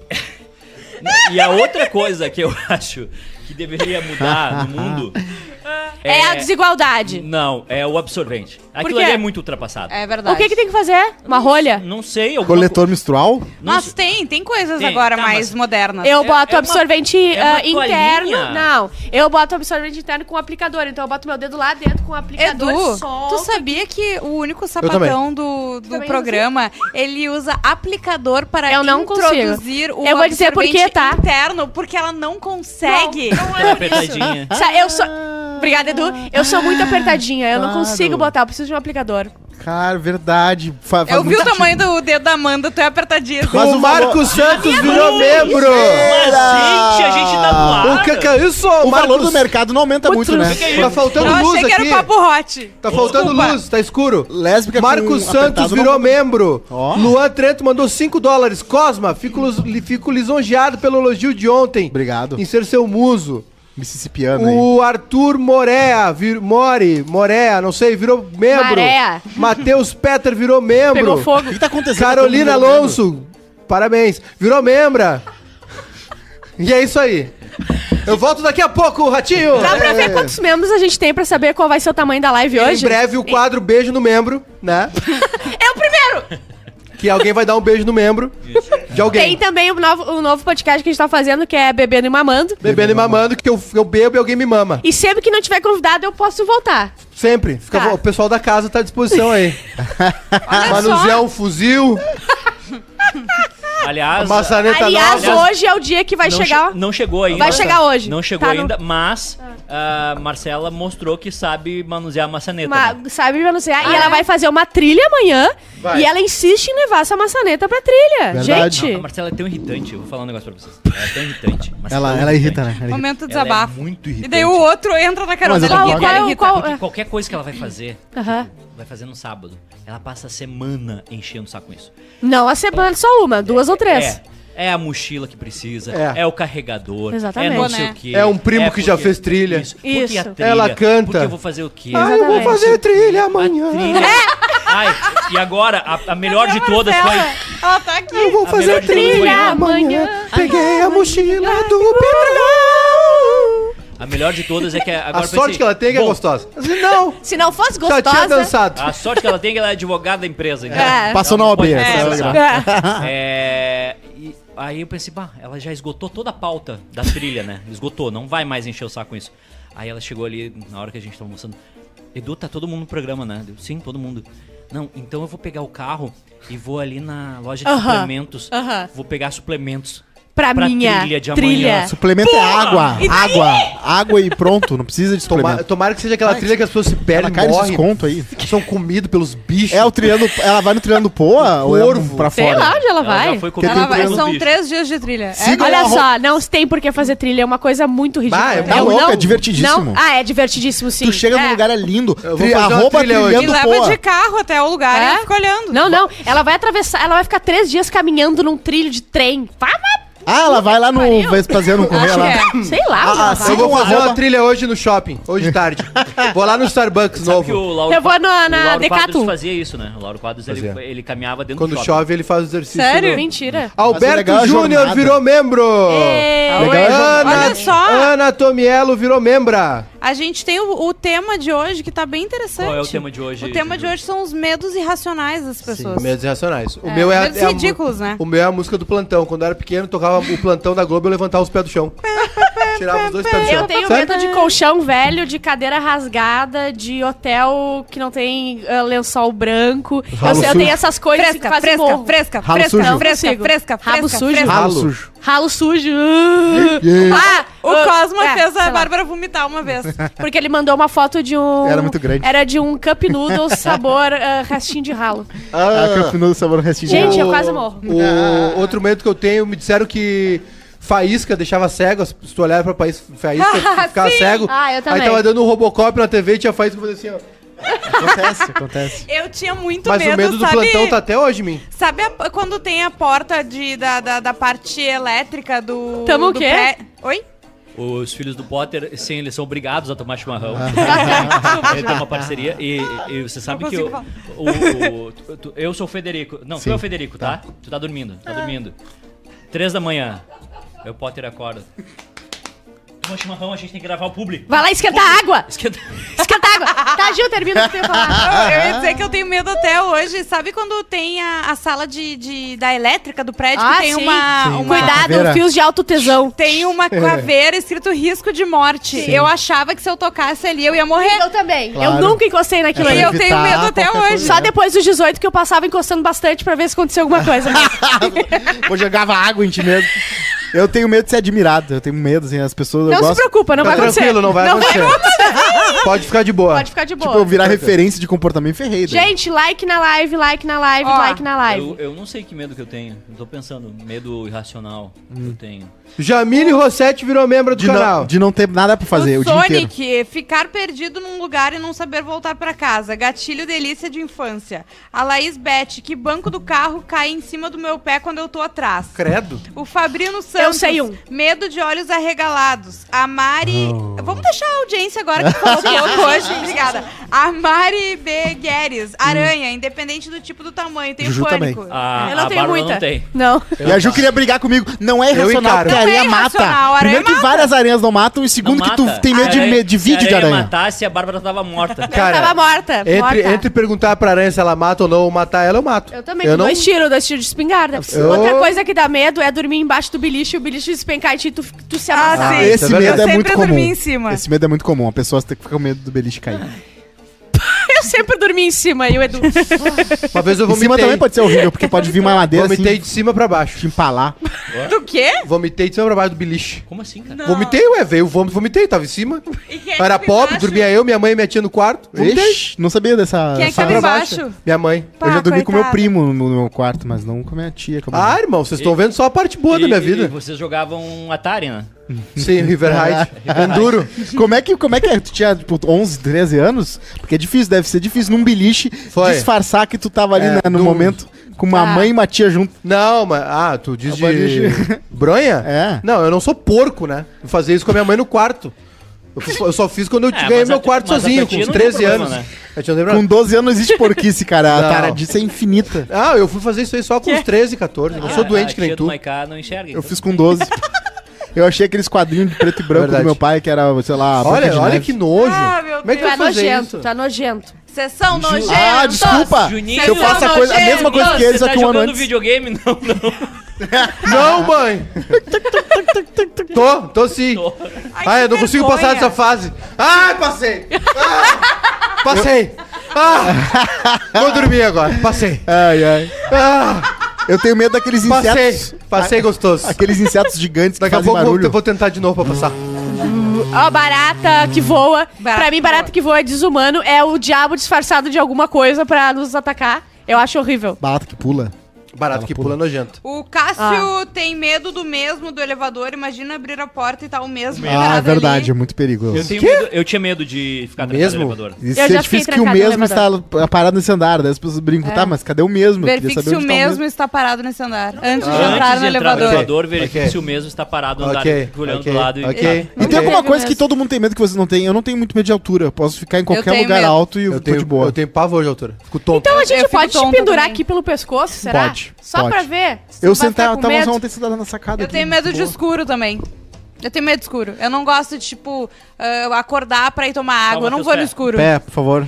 E a outra coisa que eu acho que deveria mudar no mundo... É a desigualdade. Não, é o absorvente. Aquilo quê? ali é muito ultrapassado. É verdade. O que tem que fazer? Uma rolha? Não sei, alguma Coletor menstrual? Não Mas sei. tem coisas Tem, agora tá, mais mas- modernas. Eu boto é absorvente uma interno. toalhinha. Não, eu boto absorvente interno com aplicador. Então eu boto meu dedo lá dentro com o aplicador. Edu, solto. tu sabia que o único também. sapatão do Também programa, ele usa aplicador para Eu não introduzir o Eu vou dizer por quê, absorvente tá? interno, porque ela não consegue. Tá apertadinha. Eu sou... Obrigada, Edu. Eu sou muito apertadinha. Eu não Claro. consigo botar. Eu preciso de um aplicador. Cara, verdade. Faz Eu vi muito o tamanho do dedo da Amanda, tu é apertadinho. Mas O o Marcos Santos virou membro. Mas, gente, a gente tá no ar. O que é isso, O valor Marcos? do mercado não aumenta muito, né? Tá faltando Eu luz achei que era aqui. o papo hot. Tá faltando Desculpa. luz, tá escuro. Lésbica com Marcos Santos apertado virou não- membro. Ó. Luan Trento mandou $5. Cosma, fico lisonjeado pelo elogio de ontem. Obrigado. Em ser seu muso. Mississippiano aí. O Arthur Morea, Morea, não sei, virou membro. Marea. Matheus Petter virou membro. Pegou O fogo. que tá acontecendo? Carolina Todo mundo virou Alonso, parabéns, virou membra. E é isso aí. Eu volto daqui a pouco, Ratinho. Dá pra ver quantos membros a gente tem pra saber qual vai ser o tamanho da live hoje? Em breve o quadro Beijo no Membro, né? É o primeiro! Que alguém vai dar um beijo no membro de alguém. Tem também o novo podcast que a gente tá fazendo, que é Bebendo e Mamando. Bebendo e mamando, que eu bebo e alguém me mama. E sempre que não tiver convidado, eu posso voltar. Sempre. Tá. O pessoal da casa tá à disposição aí. Manusear um fuzil, Aliás, maçaneta Aliás, nova. hoje é o dia que vai chegar... não chegou ainda. Vai chegar hoje. Não chegou Tá no- ainda, mas a Marcela mostrou que sabe manusear a maçaneta. né? Sabe manusear? E ela vai fazer uma trilha amanhã. Vai. E ela insiste em levar essa maçaneta pra trilha. Verdade. Gente... A Marcela é tão irritante, eu vou falar um negócio pra vocês. Ela é tão irritante. Marcela Ela é irrita, né? Ela irrita. Momento de Ela é desabafo. muito E irritante. daí o outro entra na cara Mas eu dela. concordo. Ela Qual- irrita. qual- Porque qualquer coisa que ela vai fazer, Aham. vai fazer no sábado. Ela passa a semana enchendo o saco com isso. Não a semana, só uma, duas ou três. É a mochila que precisa, É. é o carregador, Exatamente. é não sei Boné. o quê. É um primo que já porque- fez trilha. Porque a Isso. trilha, Ela canta. Porque eu vou fazer o quê? Ah, eu vou Exatamente. fazer trilha A amanhã. trilha. Ai, e agora, a melhor de todas foi... Ela tá aqui. Eu vou A fazer melhor de todas trilha foi- amanhã. Peguei a mochila do Pedrão. A melhor de todas é que agora A eu sorte pensei, que ela tem é que é bom, gostosa. Não, Se não fosse já tinha gostosa... dançado. A sorte que ela tem é que ela é advogada da empresa. Então É. Passou ela na não pode OAB, essa é processar. legal. E aí eu pensei, ela já esgotou toda a pauta da trilha, né? Esgotou, não vai mais encher o saco com isso. Aí ela chegou ali, na hora que a gente tava almoçando, Edu, tá todo mundo no programa, né? Eu, sim, todo mundo. Não, então eu vou pegar o carro e vou ali na loja de Aham, suplementos. aham. Vou pegar suplementos Pra minha trilha de trilha. amanhã. Suplemento é água. E daí? Água e pronto. Não precisa de suplemento. Tomara que seja aquela trilha que as pessoas se Ela perdem, cai no morrem, desconto aí. são comidos pelos bichos. É o trilhando... Ela vai no trilhando Poa ou é Corvo. pra Sei fora? lá onde ela Ela vai. já foi Porque comigo tem pelos São bichos. 3 dias de trilha. Siga Olha o só, não tem por que fazer trilha, é uma coisa muito ridícula. Bah, tá louco, é divertidíssimo. Não, é divertidíssimo, sim. Tu chega é. num lugar, é lindo. Eu vou fazer uma Arroba trilha hoje. E trilhando leva Poa. de carro até o lugar e É? ela fica olhando. Não, ela vai atravessar, ela vai ficar 3 dias caminhando num trilho de trem. Ah, ela vai lá no Vespasiano correr Acho lá. que é. Sei lá, onde ela vai. Eu vou fazer Arroba- uma trilha hoje no shopping, hoje de tarde. Vou lá no Starbucks Sabe que novo. o Lauro, Eu vou na o Lauro Decathlon. Quadros fazia isso, né? O Lauro Quadros, Fazia. ele caminhava dentro Quando do shopping. chove, ele faz o exercício. Sério? do- Mentira. Mas o legal Alberto é a Júnior jornada. virou membro. Legal é a jornada. Olha só. Ana Tomiello virou membra. A gente tem o tema de hoje que tá bem interessante. Qual é o tema de hoje? O tema de Juju? hoje são os medos irracionais das pessoas. Medos irracionais. O É, meu é, medos é a mu- ridículos, né? O meu é a música do plantão. Quando eu era pequeno, tocava o plantão da Globo, eu levantava os pés do chão. Tirava os dois pés do chão. Eu tenho Sabe? medo de colchão velho, de cadeira rasgada, de hotel que não tem lençol branco. Ralo Eu sujo. tenho essas coisas assim que Fresca, quase fresca, morro. fresca, Ralo fresca, sujo. fresca, Não consigo. fresca, Rabo fresca, sujo. fresca. Ralo sujo. Ralo sujo. Yeah. O Cosma É, fez sei a lá. Bárbara vomitar uma vez. Porque ele mandou uma foto de um... Era muito grande. Era de um Cup Noodles sabor restinho de ralo. Ah, Campinas sabor restinho. Gente, eu quase morro. O outro medo que eu tenho, me disseram que faísca deixava cego. Se tu olhar pra faísca, ficava Sim. cego. Ah, eu também. Aí tava dando um Robocop na TV e tinha faísca fazendo assim, ó. Acontece. Eu tinha muito Mas medo, o medo do sabe? plantão tá até hoje em mim. Sabe quando tem a porta da parte elétrica do... Tamo o do quê? Oi? Os filhos do Potter, sim, eles são obrigados a tomar chimarrão. Ele tem uma parceria. E você sabe Não que consigo eu sou o Federico. Não, Sim. tu é o Federico, tá? Tu tá dormindo, tá dormindo. 3 da manhã. Aí o Potter acorda. Toma chimarrão, a gente tem que gravar o público. Vai lá esquentar água. Esquenta. Esquenta água. Tá, Gil, termina o que eu ia falar. Eu ia dizer que eu tenho medo até hoje. Sabe quando tem a sala da elétrica do prédio Ah, que tem sim. uma Cuidado, caveira. fios de alto tesão. Tem uma caveira escrito risco de morte. Eu achava que se eu tocasse ali eu ia morrer. Eu também. Claro. Eu nunca encostei naquilo É ali. E pra eu tenho evitar medo até qualquer hoje. coisa. Só depois dos 18 que eu passava encostando bastante pra ver se acontecia alguma coisa. Ou jogava água em ti mesmo. Eu tenho medo de ser admirado. Eu tenho medo, assim, as pessoas. eu Não se gosto, preocupa, não Fica vai acontecer. tranquilo, não vai acontecer. Pode ficar de boa. Pode ficar de boa. Tipo, eu virar referência de comportamento ferrei. daí. Gente, like na live, like na live, Ó, like na live. Eu não sei que medo que eu tenho. Eu tô pensando, medo irracional que eu tenho. Jamile Rossetti virou membro do de, canal. não, de não ter nada pra fazer o, O dia inteiro. Sonic, ficar perdido num lugar e não saber voltar pra casa. Gatilho delícia de infância. A Laís Beth, que banco do carro cai em cima do meu pé quando eu tô atrás. Credo. O Fabrino Eu Eu sei um. Medo de olhos arregalados. A Mari... Vamos deixar a audiência agora que falou pouco hoje. Obrigada. A Mari B. Gueres. Aranha, independente do tipo do tamanho. Tenho Juju pânico. também. Eu não tenho Bárbara muita. não tem. Não. E a Ju queria brigar comigo. Não é irracional, encaro. porque a Não é aranha mata. irracional, a aranha Primeiro que mata. várias aranhas não matam, e segundo Não que tu mata. tem medo de vídeo de Se a aranha. matasse, a Bárbara tava morta. Cara, Eu tava morta. Entre perguntar pra aranha se ela mata ou não, ou matar ela, eu mato. Eu também, com dois tiros de espingarda. Outra coisa que dá medo é dormir embaixo do beliche e o beliche despencar em ti e tu se amassar. sim. Esse Isso é medo verdade. é muito Sempre comum. dormi em cima. Esse medo é muito comum. A pessoa tem que ficar com medo do beliche cair. Eu sempre dormi em cima e o Edu. Uma vez eu Em cima vomitei. também pode ser horrível, porque pode vir uma madeira Vomitei assim, de cima pra baixo. te empalar. Do quê? Vomitei de cima pra baixo do beliche. Como assim, cara? Não. Vomitei, ué, veio o vômito, vomitei, tava em cima. E quem é Eu era que pobre, embaixo? dormia eu, minha mãe e minha tia no quarto. Vomitei. Ixi, não sabia dessa... Quem é que essa- tava Pra baixo. embaixo? Minha mãe. Eu já dormi com meu coitada. primo no meu quarto, mas não com a minha tia. Com a minha Ah, irmão, vocês estão vendo só a parte boa da minha E vida. vocês jogavam Atari, né? Sim, River Heights. Enduro. Como é que é? Tu tinha, tipo, 11, 13 anos? Porque é difícil, deve ser difícil num beliche Foi. disfarçar que tu tava ali, É, né, no num- momento com uma mãe e uma tia junto. Não, mas... Ah, tu diz de... beliche. Bronha? É. Não, eu não sou porco, né? Vou fazer isso com a minha mãe no quarto. Eu só fiz quando eu ganhei mas meu a- quarto mas a sozinho, tua com tia uns não tem 13 problema, anos. né? Eu tinha lembrado. Com 12 anos não existe porquice, cara. A Não. taradice é infinita. Ah, eu fui fazer isso aí só com uns 13, 14. Eu não sou doente que nem A tia do tu. Maiká não enxerga. Eu então. fiz com 12. Eu achei aqueles quadrinhos de preto e branco Verdade. do meu pai, que era, sei lá... Branca de Olha Neve. que nojo. Ah, meu Como é que Tu eu é vou fazer nojento, isso? tu é nojento. Vocês são nojentos. Ah, desculpa! Juninho, Se eu faço a mesma coisa que Você eles, só tá que um ano jogando antes. videogame? Não, não. Não, mãe! Tô sim. Ai, eu não consigo vergonha. passar dessa fase. Ai, passei! Ah, passei! Ah, vou dormir agora. Passei. Ai, ai. Ah, Eu tenho medo daqueles passei. insetos... Passei gostoso. Aqueles insetos gigantes que Daqui a fazem pouco barulho. eu vou tentar de novo pra passar. Ó, barata que voa. Barata Pra mim, que barata voa. que voa é desumano. É o diabo disfarçado de alguma coisa pra nos atacar. Eu acho horrível. Barata que pula. Barato que pula nojento. O Cássio tem medo do mesmo do elevador. Imagina abrir a porta e tá o mesmo. Ah, parado é verdade, ali. é muito perigoso. Eu tinha medo de ficar trancado Mesmo? no elevador. Isso Eu é já difícil fiquei que o trancada no mesmo está parado nesse andar. Daí as pessoas brincam, tá, mas cadê o mesmo? Eu queria Verifique saber se o onde tá mesmo está parado nesse andar. Antes de entrar Antes no de entrar no elevador. elevador, verifique Ok. se o mesmo está parado no andar, Ok, olhando ok, do lado e... ok. E tem alguma Teve coisa que mesmo. todo mundo tem medo que vocês não têm? Eu não tenho muito medo de altura. Eu posso ficar em qualquer tenho lugar medo. alto e eu tô de boa. Eu tenho pavor de altura. Fico tonto. Então a gente Eu fico pode te tonta pendurar também. aqui pelo pescoço, será? Pode, Só pode. pra ver. Se Eu tu vai ficar sentava, com tava medo. ontem sentado na sacada. Eu aqui, tenho medo de boa. escuro também. Eu tenho medo de escuro. Eu não gosto de, tipo, acordar pra ir tomar água. Eu não teus vou no pés. escuro. Pé, por favor.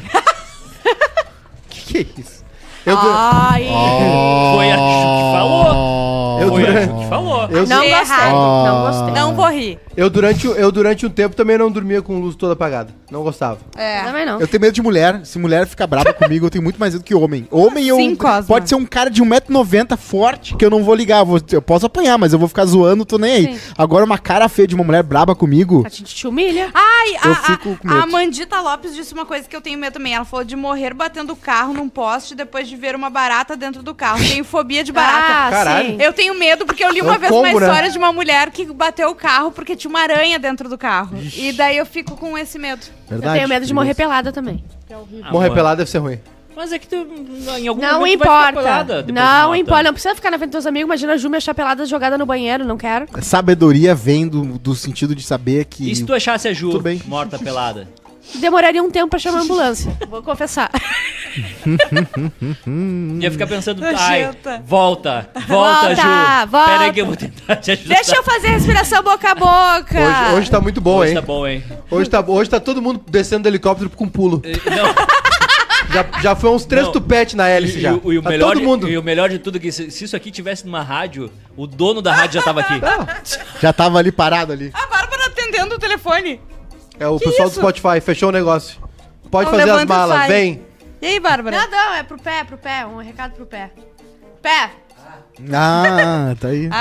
Que é isso? Eu, Ai, Foi a Ju que falou. Eu Foi a durante- Ju que falou. eu, não Errado. gostei, não gostei. Não vou rir. durante um tempo também não dormia com luz toda apagada. Não gostava. É. Também não. Eu tenho medo de mulher. Se mulher fica brava comigo, eu tenho muito mais medo que homem. Homem, eu. assim, Cosma? Pode ser um cara de 1,90m forte, que eu não vou ligar. Eu posso apanhar, mas eu vou ficar zoando, tô nem aí. Sim. Agora, uma cara feia de uma mulher braba comigo. A gente te humilha. Ai, Eu fico com a medo. Amandita Lopes disse uma coisa que eu tenho medo também. Ela falou de morrer batendo o carro num poste depois de ver uma barata dentro do carro. Tenho fobia de barata. Ah, Caralho. sim. Eu tenho medo porque eu li uma um vez combo, uma né? história de uma mulher que bateu o carro porque tinha uma aranha dentro do carro. E daí eu fico com esse medo. Eu tenho medo de morrer pelada também. Morrer Amor. pelado deve ser ruim. Mas é que tu, em algum Não momento tu vai ficar importa. pelada depois de Não morta. importa. Não precisa ficar na frente dos teus amigos. Imagina a Ju me achar pelada jogada no banheiro. Não quero. Sabedoria vem do sentido de saber que. E se tu achasse a Ju Tudo bem. morta pelada? Demoraria um tempo pra chamar a ambulância. Vou confessar. Ia ficar pensando, ai, Nojenta. volta, Volta, Ju. volta. Pera aí que eu vou tentar te ajudar. Deixa eu fazer respiração boca a boca. Hoje tá muito bom, Hoje hein? tá bom, hein? Hoje tá todo mundo descendo do helicóptero com pulo. Não, Já foi uns 3 Não. tupetes na hélice já. E o Tá melhor todo mundo. e o melhor de tudo é que se isso aqui tivesse numa rádio, o dono da rádio já tava aqui. Já tava ali parado ali. A Bárbara atendendo o telefone. É o Que pessoal isso? do Spotify, fechou o negócio. Pode Então fazer as levanta e malas, sai. vem. E aí, Bárbara? Não, não, é pro pé. Um recado pro pé. Pé. Ah, tá aí.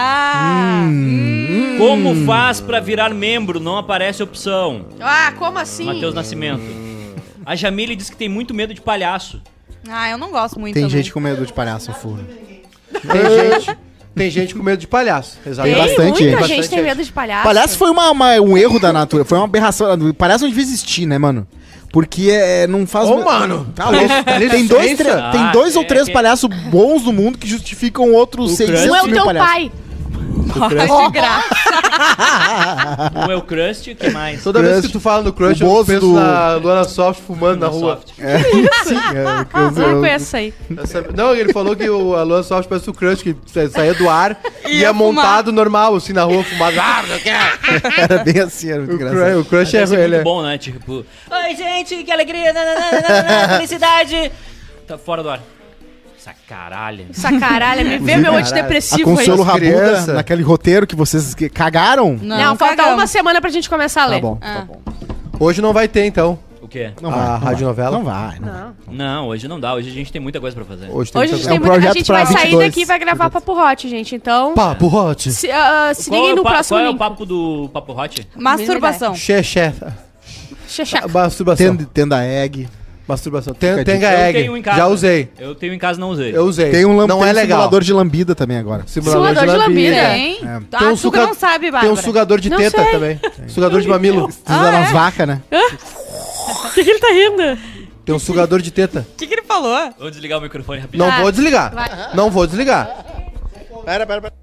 Como faz pra virar membro? Não aparece opção. Ah, como assim? Matheus Nascimento. A Jamile diz que tem muito medo de palhaço. Ah, eu não gosto muito Tem também. gente com medo de palhaço, furo. Tem gente com medo de palhaço. Tem Exatamente. bastante muita gente. gente Bastante tem gente. medo de palhaço. Palhaço foi um erro da natureza, foi uma aberração. Palhaço não devia existir, né, mano? Porque não faz. Ô, mano, Tá louco. Tem licença. tem dois ou três é. palhaços bons no mundo que justificam outros O 600 Um é o mil teu palhaços. pai. De graça. O meu Crust, o que mais? Toda vez que tu fala no Crush, O eu Bozo penso do- na Luana Soft fumando na rua. Soft. Sim, Não conheço isso aí. Não, ele falou que a Luana Soft parece o Crush, que saía do ar e Ia ia fumar. montado normal, assim, na rua, fumado. Ah, não quer. Era bem assim, era muito engraçado. O Crush é Deve ser ele. muito bom, né? Tipo, oi, gente, que alegria, nananana, felicidade. Tá fora do ar. Essa caralho. Essa caralho, me vê meu Caralho. A antidepressivo aí. Consolo Rabuda, criança. naquele roteiro que vocês cagaram? Não, falta cagamos. uma semana pra gente começar a ler. Tá bom, Ah. tá bom. Hoje não vai ter, então. O quê? Não A vai, não radionovela? Não vai, não. Não. Não, hoje não dá. Hoje a gente tem muita coisa pra fazer. Hoje tem Hoje a muita gente, É tem um muita... a projeto gente pra vai sair 22. daqui e vai gravar Papo Hot, gente. Então, Papo hot. se Qual liguem é, no o próximo qual é o link. papo do Papo Hot? Masturbação. Xexé. Xexá. Masturbação. Tenda egg. Masturbação. Fica Tenga Eu egg. tenho em casa. Já usei. Eu tenho em casa, não usei. Eu usei. Tem não tem é um legal. simulador de lambida também agora. Simulador de lambida. Tem? Tem Ah, um tu que não sabe, Tem Bárbara. um sugador de Não teta sei. também. Sugador de mamilo. Precisa nas vacas, né? O que ele tá rindo? Tem um sugador de teta. O que ele falou? Vou desligar o microfone rapidinho. Não Ah, vou desligar. vai. Não vou desligar. Pera.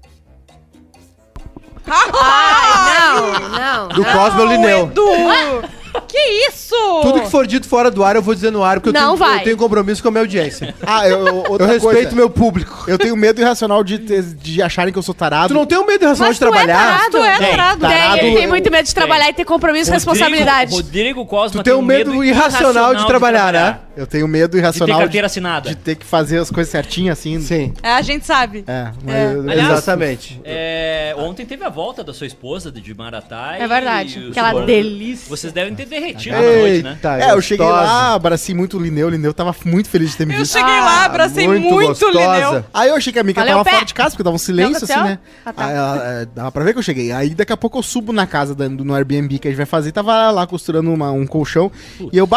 Não. Do Cosmo Lineu. Edu! Que isso? Tudo que for dito fora do ar, eu vou dizer no ar, porque Não eu vai. tenho compromisso com a minha audiência. Outra Eu respeito coisa. meu público. Eu tenho medo irracional de acharem que eu sou tarado. Tu não tem um medo irracional Mas de tu é trabalhar? tarado. Tu é Tem. tarado. Tarado. Ele tem muito medo de trabalhar e ter compromisso e responsabilidade. Rodrigo Cosma Tu tem um medo irracional de trabalhar, Eu tenho medo De ter irracional carteira assinada. de ter que fazer as coisas certinho assim. Sim, É, a gente sabe. Aliás, exatamente. Ontem teve a volta da sua esposa de Maratá. É verdade. e o Aquela senhor- delícia. Vocês devem ter derretido na noite, né? Eita, eu cheguei gostosa. lá, abracei muito o Lineu. O Lineu tava muito feliz de ter me Eu visto. cheguei lá, abracei muito gostosa. Lineu. Aí eu achei que a Mica Valeu, tava pé. fora de casa, porque tava um silêncio, Não, assim, céu? né? Ah, tá. Aí dava pra ver que eu cheguei. Aí daqui a pouco eu subo na casa no Airbnb que a gente vai fazer. Tava lá costurando um colchão. E eu,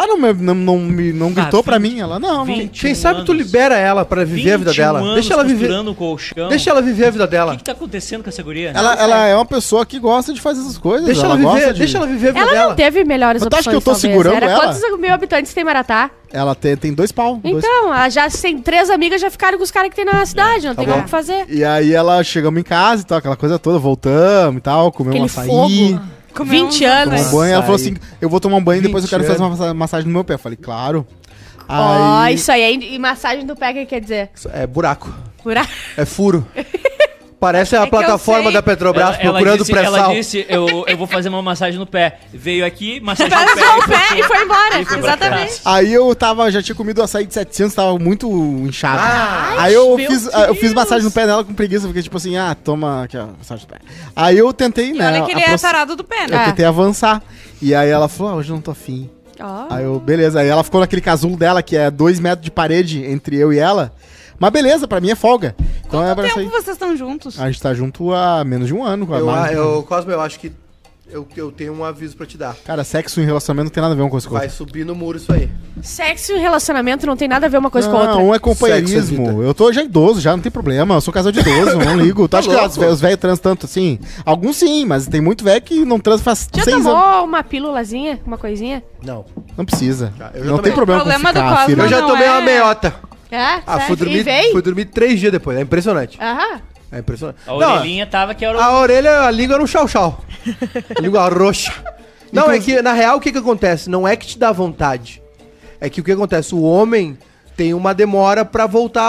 não gritou pra mim. Ela, não. 20 Quem sabe tu anos. libera ela pra viver a vida 21 dela. anos Deixa ela viver. costurando o colchão. Deixa ela viver a vida O dela. que tá acontecendo com essa guria? Ela é uma pessoa que gosta de fazer essas coisas. Deixa ela gosta viver, de- deixa ela viver a vida Ela dela. não teve melhores Mas tu opções, acha que eu tô talvez. segurando Era ela? quantos mil habitantes tem Maratá? Ela tem 2 pau. dois- Então, ela já tem 3 amigas já ficaram com os caras que tem na cidade, não tem bom. como fazer. E aí ela chegamos em casa e tal, aquela coisa toda, voltamos e tal, comemos um Aquele açaí. fogo. Comeu 20 um- anos. Tomar banho, ela falou Açaí. assim: eu vou tomar um banho e depois eu quero 20 fazer uma massagem no meu pé. Eu falei, claro. Ó, Aí. isso aí. E massagem do pé, o que quer dizer? É buraco. Buraco. É furo. Parece a que eu plataforma sei. da Petrobras procurando pré-sal. Ela disse, eu vou fazer uma massagem no pé. Veio aqui, massagem no Passou o pé. pé e foi embora. E foi pra Exatamente. casa. Aí eu já tinha comido açaí de 700, tava muito inchado. Ah, aí eu meu fiz Deus. massagem no pé dela com preguiça, porque tipo assim, toma aqui, ó, massagem no pé. Aí eu tentei, E né? olha que ele é aproxi- tarado do pé, Eu né? tentei avançar. E aí ela falou, hoje eu não tô afim. Ó. Aí eu, beleza. Aí ela ficou naquele casulo dela, que é 2 metros de parede entre eu e ela. Mas beleza, pra mim é folga. Então é Quanto pra tempo sair. vocês estão juntos? A gente tá junto há menos de um ano. Cosmo, eu acho que eu tenho um aviso pra te dar. Cara, sexo em relacionamento não tem nada a ver uma coisa com a Vai outra. subir no muro isso aí. Sexo e relacionamento não tem nada a ver uma coisa com a outra. Não, um é Sexo é companheirismo. vida. Eu tô já idoso, já não tem problema. Eu sou casal de idoso, não ligo. Tu acha que louco? os velhos transam tanto assim? Alguns sim, mas tem muito velho que não transa faz Já 6 tomou anos. uma pílulazinha? Uma coisinha? Não. Não precisa. eu já Não tem tomei. problema O problema com do ficar Cosmo afirmando. Eu já não tomei é- uma meiota. É? Ah, Sério? fui E veio? dormir 3 dias depois. É impressionante. Aham. É impressionante. A Não, orelhinha tava que era o... a orelha, a língua era um chau-chau. A língua roxa. Não, é que na real o que acontece? Não é que te dá vontade. É que o que acontece? O homem tem uma demora pra voltar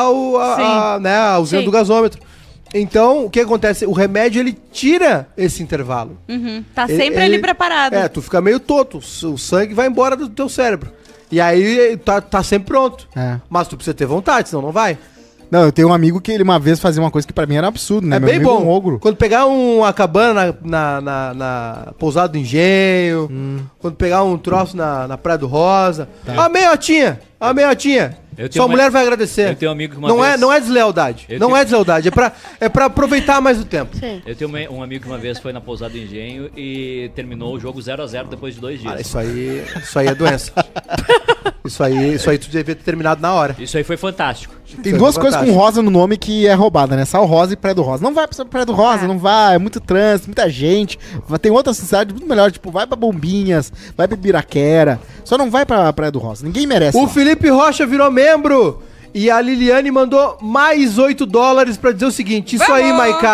a usina Sim. do gasômetro. Então, o que acontece? O remédio, ele tira esse intervalo. Uhum. Tá Ele- sempre ele- ali preparado. É, tu fica meio tonto. O sangue vai embora do teu cérebro. E aí, tá sempre pronto. É. Mas tu precisa ter vontade, senão não vai. Não, eu tenho um amigo que ele uma vez fazia uma coisa que pra mim era absurdo, né? É Meu bem amigo bom. um ogro. Quando pegar uma cabana na pousada do engenho, quando pegar um troço na Praia do Rosa. A meiotinha. Eu tenho Sua uma- mulher vai agradecer. Eu tenho um amigo que uma não vez... não é deslealdade. Eu Não tenho- é deslealdade. É pra aproveitar mais o tempo. Sim. Eu tenho um amigo que uma vez foi na pousada do engenho e terminou o jogo 0x0 depois de 2 dias. Cara, isso aí é doença. isso aí tu devia ter terminado na hora. Isso aí foi fantástico. Tem Isso é duas coisas com fantástico. rosa no nome que é roubada, né? Sal Rosa e Praia do Rosa. Não vai pra Praia do Rosa, não vai. É muito trânsito, muita gente. Tem outras cidades muito melhores, tipo, vai pra Bombinhas, vai pra Ibiraquera. Só não vai pra Praia do Rosa. Ninguém merece. O lá. Felipe Rocha virou membro. E a Liliane mandou mais $8 pra dizer o seguinte: isso aí, Vamos! Maiká.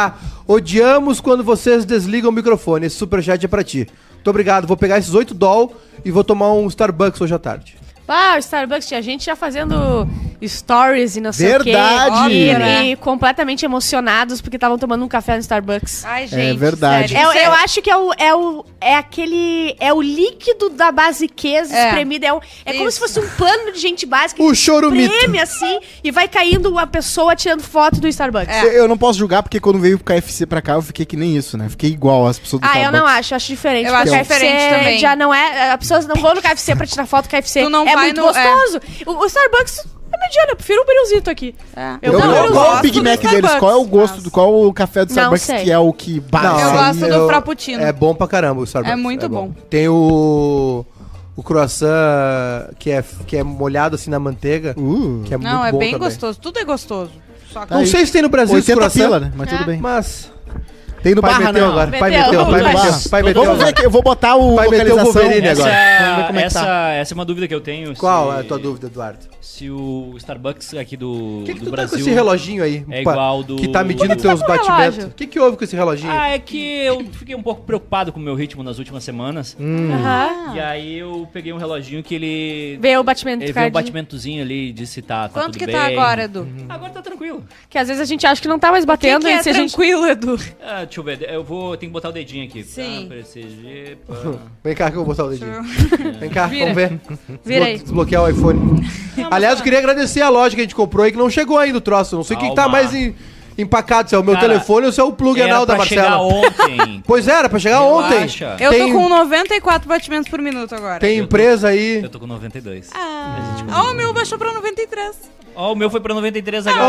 Odiamos quando vocês desligam o microfone. Esse superchat é pra ti. Muito obrigado. Vou pegar esses 8 doll e vou tomar um Starbucks hoje à tarde. Ah, o Starbucks, tinha gente já fazendo stories e não sei o quê. Verdade. E completamente emocionados porque estavam tomando um café no Starbucks. Ai, gente, verdade. sério. Eu acho que é o líquido da basiqueza espremido. É como Isso. se fosse um pano de gente básica. O choromito. Espreme assim e vai caindo a pessoa tirando foto do Starbucks. Eu não posso julgar porque quando veio o KFC pra cá eu fiquei que nem isso, né? Fiquei igual às pessoas do Eu Starbucks. não acho diferente. Eu porque acho o KFC diferente também. já não é. As pessoas não vão no KFC pra tirar foto do KFC. Tu não é vai muito no- gostoso. O Starbucks é mediano, eu prefiro o Brilzito aqui. Eu não, eu Qual é o gosto Big do Mac deles? Starbucks. Qual é o gosto, qual é o café do Não Starbucks sei. que é o que bate? Não, Eu Sim, gosto do Frappuccino. É bom pra caramba o Starbucks. É muito bom. Tem o croissant que é molhado assim na manteiga, que é Não, muito é bom bem também. gostoso. Tudo é gostoso. Só que Tá Não aí. sei se tem no Brasil esse 80 croissant, pila, né? Mas tudo bem. mas... Tem no Pai Barra, meteu não. agora. Pai Meteu. meteu, pai Vamos meteu. lá. Pai meteu Vamos ver agora. aqui, eu vou botar o Vai meter o localização. Wolverine agora. Vamos ver como é que tá. Essa é uma dúvida que eu tenho. Qual se- é a tua dúvida, Eduardo? Se o Starbucks aqui do, O que do tu tá Brasil... com esse reloginho aí? é igual do- Que tá medindo Por que tu tá teus com batimentos. relógio? O que houve com esse reloginho? Ah, é que eu fiquei um pouco preocupado com o meu ritmo nas últimas semanas. Aham. E aí eu peguei um reloginho que ele... Vê o batimento Ele do veio um cardinho. batimentozinho ali e disse tá quanto tudo que bem. tá agora, Edu? Agora tá tranquilo. Que às vezes a gente acha que não tá mais O que batendo. que e é se a gente... tranquilo, Edu? Ah, deixa eu ver, tenho que botar o dedinho aqui. Sim. Tá, PCG, pá. Vem cá que eu vou botar o dedinho. Vem cá, Vira. vamos ver. Vira aí. Desbloquear o iPhone. Aliás, eu queria agradecer a loja que a gente comprou aí, que não chegou ainda o troço. Não sei o que tá Calma. mais empacado, se é o meu Cara, telefone ou se é o plug Era anal da pra chegar Marcela. ontem. Pois era, pra chegar Relaxa. ontem. Eu Tem- tô com 94 batimentos por minuto agora. Tem Eu tô- empresa aí. Eu tô com 92. O meu baixou pra 93. Ó, o meu foi pra 93 agora.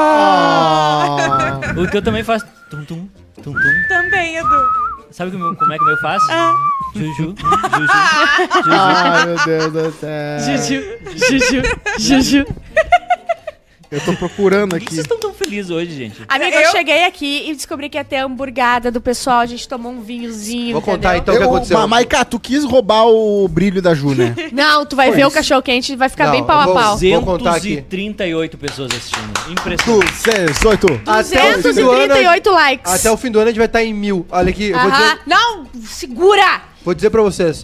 Ah! O teu também faz tum-tum, tum-tum. Também, Edu. Sabe como é que o meu faz? Juju, Juju, Juju. Ai, meu Deus do céu. Juju. Eu tô procurando Por que vocês aqui. estão tão felizes hoje, gente? Amigo, eu cheguei aqui e descobri que ia ter a hamburgada do pessoal. A gente tomou um vinhozinho. Vou contar entendeu? então o que aconteceu. Maiká, tu quis roubar o brilho da Ju, né? Não, tu vai Foi ver isso. o cachorro quente e vai ficar Não, bem pau eu a pau. Vou contar aqui. 238 pessoas assistindo. Impressionante. 18. Até o fim do ano, 238 likes. até o fim do ano a gente vai estar em 1000. Olha aqui, eu vou Aham. dizer, Não, segura! vou dizer pra vocês.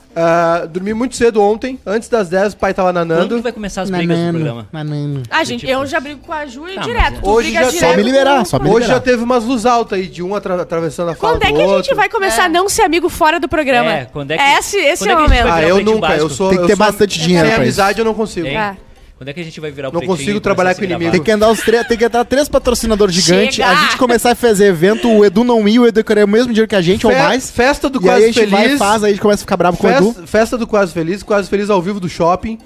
Dormi muito cedo ontem, antes das 10 o pai tava Quando nanando. que vai começar as brigas do programa? Ah, gente, eu já brigo com a Ju e Tá, direto. mas Tu hoje briga já direto Só me liberar, com- só me Hoje liberar. já teve umas luz alta aí, de um atravessando a fala Quando é do que a gente outro. vai começar a não ser amigo fora do programa? É, quando é que- Esse quando é é o que a gente momento. vai Ah, virar eu o pretinho nunca, básico? eu sou... Tem que eu ter sou- bastante dinheiro Sem pra isso. amizade eu não consigo. Hein? É. Quando é que a gente vai virar o Não pretinho consigo e trabalhar começar a com se inimigo. Tem que andar tem que entrar 3 patrocinadores gigantes, Chega! a gente começar a fazer evento, o Edu não ir, o Edu querer o mesmo dinheiro que a gente ou mais. Festa do E aí a Quase gente vai e Feliz. faz, aí a gente começa a ficar bravo com o Edu. Festa do Quase Feliz ao vivo do shopping.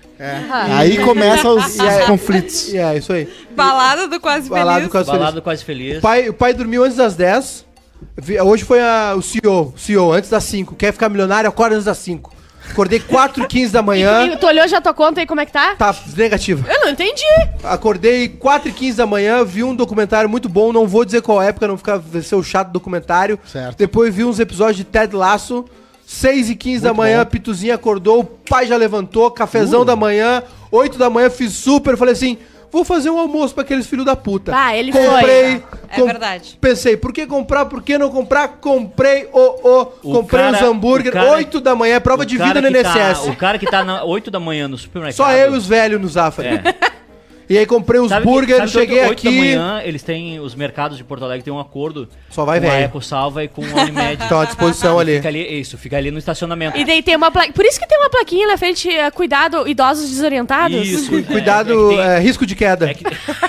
Aí começam os conflitos. E é, isso aí. Balada do Quase Balada Feliz. do Quase Balada Feliz. quase feliz. O pai dormiu antes das 10. Hoje foi o CEO, antes das 5. Quer ficar milionário, acorda antes das 5. Acordei 4h15 da manhã. E tu olhou já tua conta aí como é que tá? Tá negativa. Eu não entendi. Acordei 4h15 da manhã, vi um documentário muito bom, não vou dizer qual é, porque não ficar vai ser o chato do documentário. Certo. Depois vi uns episódios de Ted Lasso. 6h15 da manhã, bom. Pituzinho acordou, o pai já levantou, cafezão da manhã, 8 da manhã, fiz super, falei assim, vou fazer um almoço pra aqueles filhos da puta. Ah, ele Comprei, foi. É verdade. Pensei, por que comprar, por que não comprar? Comprei comprei cara- os hambúrguer, o cara- 8 da manhã, prova de O vida cara no que tá- INSS. o cara que tá na 8 da manhã no supermercado. Só eu e os velhos no Zafari. É. E aí comprei os Sabe burgers, sabe que cheguei 8 da aqui... manhã, eles têm, os mercados de Porto Alegre têm um acordo Só vai com a velho. EcoSalva e com a Unimed. Estão à disposição ali. Fica ali no estacionamento. E daí tem uma plaquinha. Por isso que tem uma plaquinha na frente, cuidado, idosos desorientados. Isso. Cuidado, É que tem- risco de queda. É que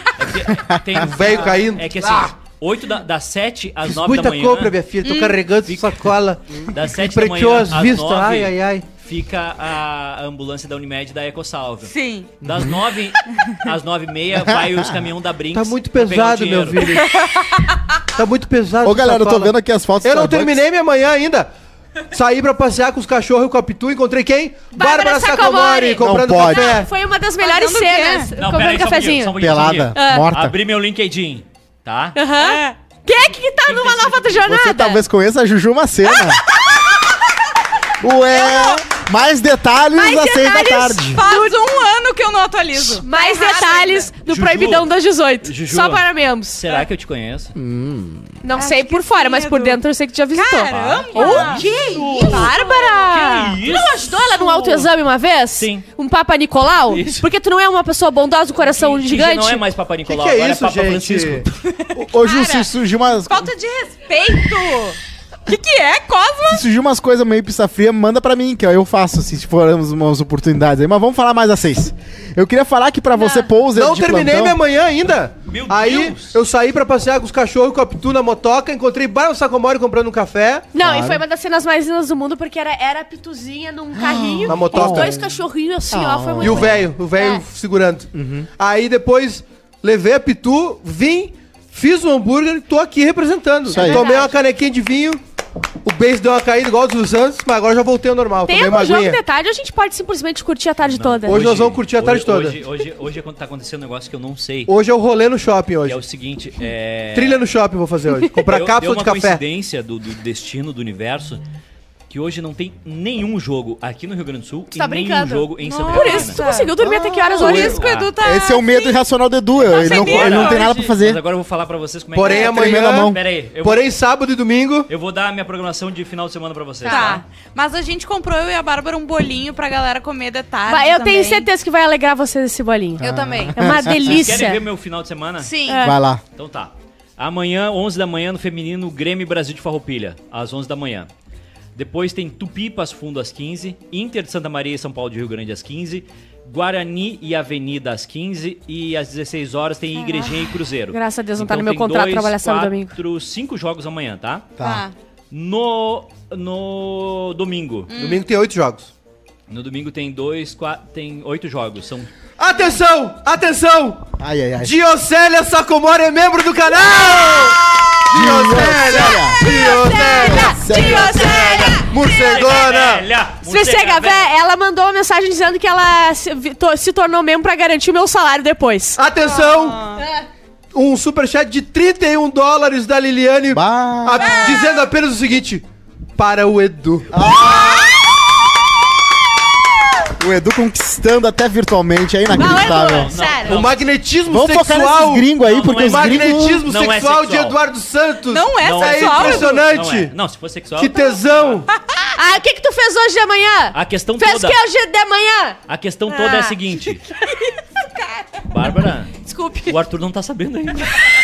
tem O velho caindo. É que assim, 8 das 7 às Fiz 9 muita da manhã. compra, minha filha. Tô carregando sacola. Das 7 da Preteou manhã as às vistas. 9, Ai, ai, ai. fica a ambulância da Unimed e da EcoSalva. Sim. Das 9 às 9h30 vai os caminhão da Brinks. Tá muito pra pegar o pesado, meu dinheiro. filho. Tá muito pesado. Ô essa galera, eu tô sacola. vendo aqui as fotos Eu não Starbucks. terminei minha manhã ainda. Saí pra passear com os cachorros e com a Pitu. Encontrei quem? Bárbara Sacomori, Sacomori. comprando Não pode. café. Foi uma das melhores Fazendo o quê? cenas. Não, Comprando peraí, cafezinho. só um pouquinho. Pelada, Ah. morta. Abri meu LinkedIn, tá? Aham. Quem é que tá numa nova do jornada? Você talvez conheça a Juju Macena. Ué, mais detalhes Mais às 6 da detalhes. tarde. Faz um ano que eu não atualizo. Mais Tá errado detalhes ainda. do Juju. Proibidão das 18. Juju. Só para membros. Será que eu te conheço? Não Acho sei que por fora, sim, mas por Edu. dentro eu sei que tu já visitou. Caramba! O que isso? Bárbara! Que Tu não ajudou ela no autoexame uma vez? Sim. Um Papa Nicolau? Isso. Porque tu não é uma pessoa bondosa, um coração Que gigante? não é mais Papa Nicolau, Que é agora isso, é Papa gente? Francisco. Ô, Ju, Cara, se surgiu umas... Falta de respeito! Que é, Cosma? Se surgir umas coisas meio pizza fria, manda pra mim, que eu faço, assim, se forem umas oportunidades aí. Mas vamos falar mais às 6. Eu queria falar que pra você, poser Não de terminei plantão- minha manhã ainda. Meu Aí Deus. eu saí pra passear com os cachorros com a Pitu na motoca, encontrei Bárbara Sacomori comprando um café. Não, Claro. e foi uma das cenas mais lindas do mundo, porque era a Pituzinha num carrinho. Na motoca. E os dois cachorrinhos assim, ó. Foi muito E o bonito. velho É. segurando. Aí depois levei a Pitu, vim, fiz um hambúrguer e tô aqui representando. Isso aí. Tomei Verdade. uma canequinha de vinho, o beijo deu uma caída igual dos Santos, mas agora já voltei ao normal. Tem Tomei algum uma jogo aguinha. de tarde, a gente pode simplesmente curtir a tarde toda. Hoje nós vamos curtir a tarde toda. Hoje é quando tá acontecendo um negócio que eu não sei. Hoje é o rolê no shopping Que hoje. é o seguinte, Trilha no shopping eu vou fazer hoje. Comprar Deu cápsula de uma café. coincidência do destino do universo que hoje não tem nenhum jogo aqui no Rio Grande do Sul Tu tá e nenhum brincando. jogo em Santa Por Catarina. isso tu conseguiu dormir até que horas Por hoje? isso que o Edu tá... Esse é o medo irracional do Edu. Ele não tem nada pra fazer. Mas agora eu vou falar pra vocês como é Porém, que é. tremendo a amanhã. mão. Pera aí, Porém, sábado e domingo. eu vou dar a minha programação de final de semana pra vocês, Tá. Mas a gente comprou, eu e a Bárbara, um bolinho pra galera comer de tarde Vai, eu tenho também. certeza que vai alegrar vocês esse bolinho. Eu também. É uma Vocês querem ver delícia. meu final de semana? Sim. É. Vai lá. Então tá. Amanhã, 11 da manhã, no feminino, Grêmio e Brasil de Farroupilha, às 11 da manhã. Depois tem Tupi e Passo Fundo às 15, Inter de Santa Maria e São Paulo de Rio Grande às 15, Guarani e Avenida às 15 e às 16 horas tem Igrejinha e Cruzeiro. Graças a Deus não tá Então no meu tem contrato trabalhar sábado e domingo. 5 jogos amanhã, tá? Tá. No domingo. Domingo tem 8 jogos. No domingo tem 8 jogos. São Atenção! Atenção! Ai, ai, ai. Diocélia Sacomori é membro do canal! Diocélia! Morcegona! Sossega, véi, ela mandou uma mensagem dizendo que ela se tornou membro pra garantir o meu salário depois. Atenção! Um superchat de $31 da Liliane Bah. dizendo apenas o seguinte: para o Edu. O Edu conquistando até virtualmente, é inacreditável. Edu, sério. O magnetismo Vamos focar sexual. nesses gringos aí, Não, porque não é os Magnetismo gringos... Não é sexual de sexual. Eduardo Santos. Não é Não é sexual, Edu. impressionante. Não, se fosse sexual. Que tesão. Ah, o que tu fez hoje de manhã? A questão Fez toda. o que hoje de manhã? A questão toda é a seguinte. Bárbara, Desculpe. o Arthur não tá sabendo ainda.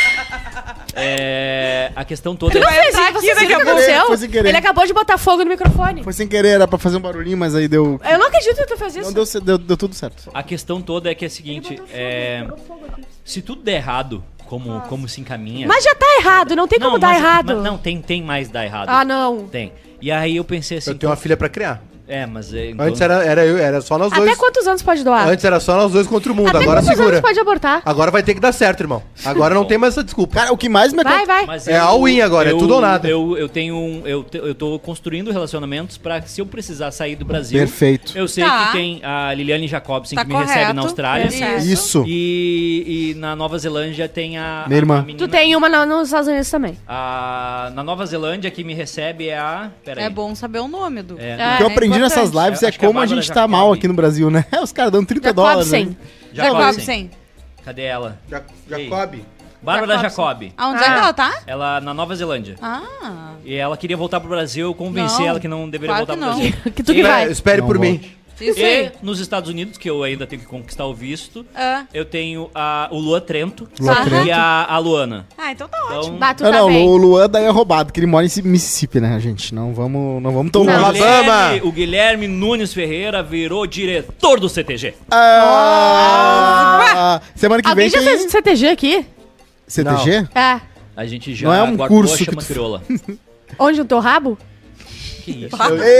A questão toda Tu não é. fez entrar isso, aqui você viu o que daqui a pouco. aconteceu? Foi sem querer. Ele acabou de botar fogo no microfone. Foi sem querer, era pra fazer um barulhinho, mas aí deu... Eu não acredito que tu fez isso. Não, deu tudo certo. A questão toda é que é a seguinte. Se tudo der errado, como se encaminha. Mas já tá errado, não tem como dar mas- errado. mas não, tem mais dar errado. Ah, não. Tem. E aí eu pensei assim. Eu tenho uma filha pra criar. Mas. Antes era só nós dois. Até quantos anos pode doar? Antes era só nós dois contra o mundo. Até Agora quantos segura. anos pode abortar? Agora vai ter que dar certo, irmão. Agora não tem mais essa desculpa. Cara, o que mais me... Vai. Mas É all-in agora, é tudo ou nada. Eu tenho eu tô construindo relacionamentos pra que se eu precisar sair do Brasil. Perfeito. Eu sei Tá. que tem a Liliane Jacobsen Tá que me recebe correto. na Austrália. Isso. Isso. E na Nova Zelândia tem a. Minha irmã. a menina- Tu tem uma nos Estados Unidos também. Na Nova Zelândia que me recebe é a. Pera aí. É bom saber o nome, Edu. É. O que eu aprendi importante. nessas lives é Acho que a como a Bárbara gente tá Jacob- mal aqui no Brasil, né? Os caras dando $30. Jacobsen. Né? Jacobsen. Cadê ela? Jacob. Bárbara Jacobsen. Jacob. Aonde é que ela tá? Ela na Nova Zelândia. Ah. E ela queria voltar pro Brasil, eu convenci Não, ela que não deveria claro voltar que pro não. Brasil. Que tu que vai. Espere Não por vou. mim. Isso E aí. nos Estados Unidos, que eu ainda tenho que conquistar o visto, Ah. eu tenho o Lua Trento Lua e Trento. a Luana. Ah, então tá ótimo. Então, Bah, tu Não, tá não, bem. o Luan daí é roubado, porque ele mora em Mississippi, né, gente? Não vamos tão Não. longe. Alabama. O Guilherme Nunes Ferreira virou diretor do CTG. Semana que Alguém vem já fez CTG aqui? CTG? É. A gente já Não é um guardou curso a que chama tu- crioula. Onde no teu rabo? Que isso?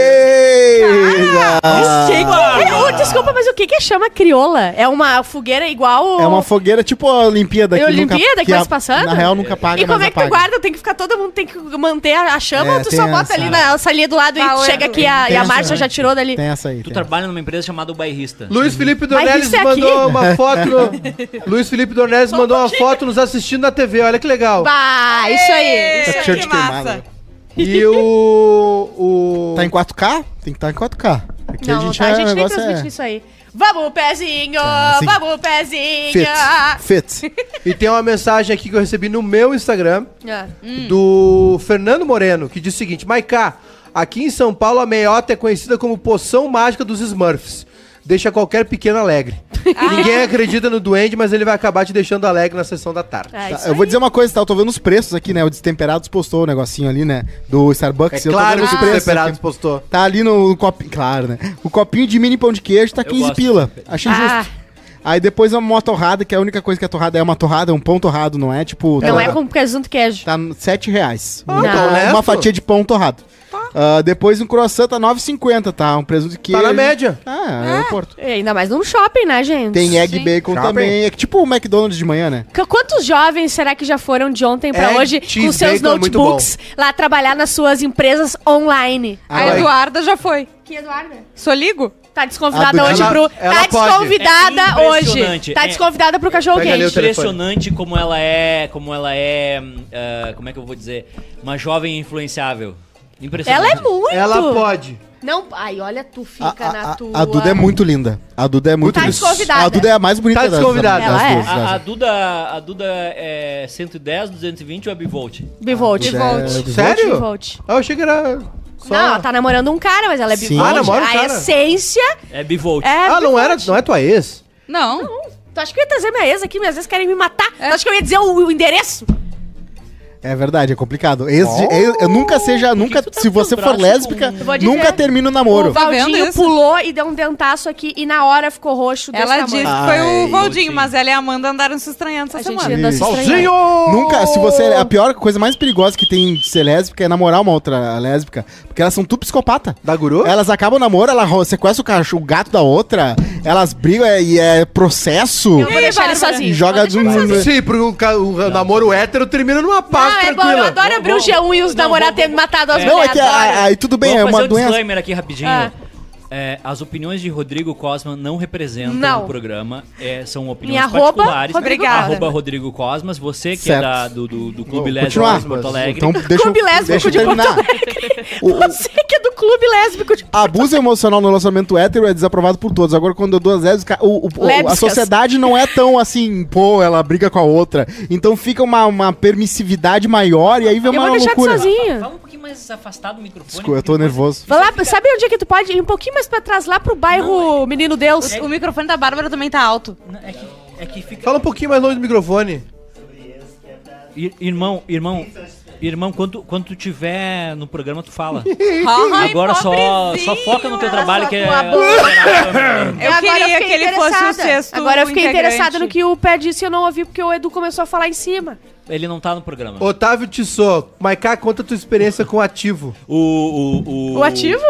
Eita! Desculpa, mas o que é chama crioula? É uma fogueira igual... É uma fogueira tipo a Olimpíada. É a Olimpíada que vai se passando? Na real nunca paga, E como mas é que tu apaga. guarda? Tem que ficar, todo mundo tem que manter a chama É, ou tu tem só bota essa. ali na salinha do lado e Ah, tu o chega Edu. aqui e a Tem essa, Márcia né? já tirou dali? Tem essa aí. Tu tem trabalha numa empresa chamada O Bairrista. Luiz Felipe Mas Dornelles isso é mandou aqui? uma foto. Luiz Felipe Dornelles mandou uma foto nos assistindo na TV. Olha que legal. Bah, isso aí. Tá com shirt que queimado. massa. E o. Tá em 4K? Tem que estar em 4K. Aqui Não, a gente, tá, a gente nem negócio transmite isso aí. Vamos, pezinho! sim. Vamos, pezinho! Fit. E tem uma mensagem aqui que eu recebi no meu Instagram Ah. do Fernando Moreno, que diz o seguinte: Maiká, aqui em São Paulo a meiota é conhecida como poção mágica dos Smurfs. Deixa qualquer pequeno alegre. Ninguém acredita no duende, mas ele vai acabar te deixando alegre na sessão da tarde. É, Tá, isso eu vou aí. dizer uma coisa, tá? Eu tô vendo os preços aqui, né? O Destemperados postou o negocinho ali, né? Do Starbucks. É Eu tô claro vendo que os o preços Separados aqui. postou. Tá ali no copinho. Claro, né? O copinho de mini pão de queijo tá 15 gosto. pila. Achei Ah. justo. Aí depois uma torrada, que é a única coisa que é torrada é uma torrada, é um pão torrado, não é tipo. Não torrada. é com presunto e queijo. Tá R$7. Não. tá honesto. Uma fatia de pão torrado. Depois um croissant tá R$9,50, tá? Um presunto de queijo. Tá na média. Ah, é aeroporto. E ainda mais num shopping, né, gente? Tem egg Sim. bacon Shopping. também. É que tipo o McDonald's de manhã, né? Quantos jovens será que já foram de ontem pra Egg, hoje cheese com seus bacon é muito notebooks lá trabalhar nas suas empresas online? A Vai. Eduarda já foi. Que Eduarda? Soligo? Tá desconvidada A hoje ela- pro. ela Tá pode. desconvidada É hoje. impressionante. Tá É- desconvidada pro cachorro Pega ali o quente. telefone. Impressionante como ela é, como é que eu vou dizer? Uma jovem influenciável. Impressionante. Ela é muito. Ela pode. Não, ai, olha, tu fica na tua. A Duda é muito linda. A Duda é muito Tá linda. desconvidada. A Duda é a mais bonita Tá desconvidada. Ela é. A Duda é 110, 220 ou é bivolt? Bivolt. Sério? Bivolt. Ah, eu achei que era só... Não, ela tá namorando um cara, mas ela é Sim. bivolt. Ah, namora um A cara. essência É bivolt. é Ah, bivolt. não é tua ex? Não. Tu acha que eu ia trazer minha ex aqui? Minhas vezes querem me matar? Tu acha que eu ia dizer o endereço? É verdade, é complicado. Eu nunca seja, nunca, tu tá se com você o for braço lésbica, com- Eu vou dizer. nunca termina o namoro. O Tá vendo Valdinho isso? pulou e deu um dentaço aqui e na hora ficou roxo desse Ela tamanho. disse que foi o Ai, Valdinho, sim. mas ela e a Amanda andaram se estranhando essa A gente semana. anda se estranhando. Valzinho! Nunca, se você. A pior coisa mais perigosa que tem de ser lésbica é namorar uma outra lésbica. Porque elas são tudo psicopata. Da Guru? Elas acabam o namoro, ela sequestra o gato da outra, elas brigam e é processo. Eu vou deixar ele Bárbara? sozinho. E joga Vou deixar ele do- sozinho. Sim, porque o namoro hétero termina numa paz Ah, é bom, eu tranquila. adoro abrir o G1 e os Não, namorados vamos- terem matado as Não, é mulheres. que adoro. aí tudo bem, Vamos é uma fazer um doença. disclaimer aqui rapidinho. Ah. As opiniões de Rodrigo Cosma não representam Não. o programa. São opiniões Minha arroba, particulares. Rodrigo Arroba Cosma. Rodrigo Cosmas. Você que Certo. é do Clube Vou Lésbico continuar. de Porto Alegre. Então, deixa Clube eu, lésbico deixa eu de Porto terminar. Você que é do clube lésbico de... Abuso emocional no relacionamento hétero é desaprovado por todos. Agora, quando eu dou as lésbicas, a Lésbicas. sociedade não é tão assim, pô, ela briga com a outra. Então fica uma permissividade maior e aí vem Eu uma vou deixar tu loucura. sozinho. Fala um pouquinho mais afastado do microfone. Desculpa, eu tô nervoso. Vai lá, sabe onde é que tu pode ir um pouquinho mais pra trás, lá pro bairro Menino Deus? O microfone da Bárbara também tá alto. É que fica... Fala um pouquinho mais longe do microfone. Irmão, quando tu tiver no programa, tu fala. Ai, Agora só pobrezinho. foca no teu trabalho que é... tua boca. Eu Agora queria fiquei que ele fosse o interessada. sexto Agora eu fiquei integrante. interessada no que o Pé disse e eu não ouvi porque o Edu começou a falar em cima. Ele não tá no programa. Otávio Tissot, Maiká, conta a tua experiência com o ativo. O ativo?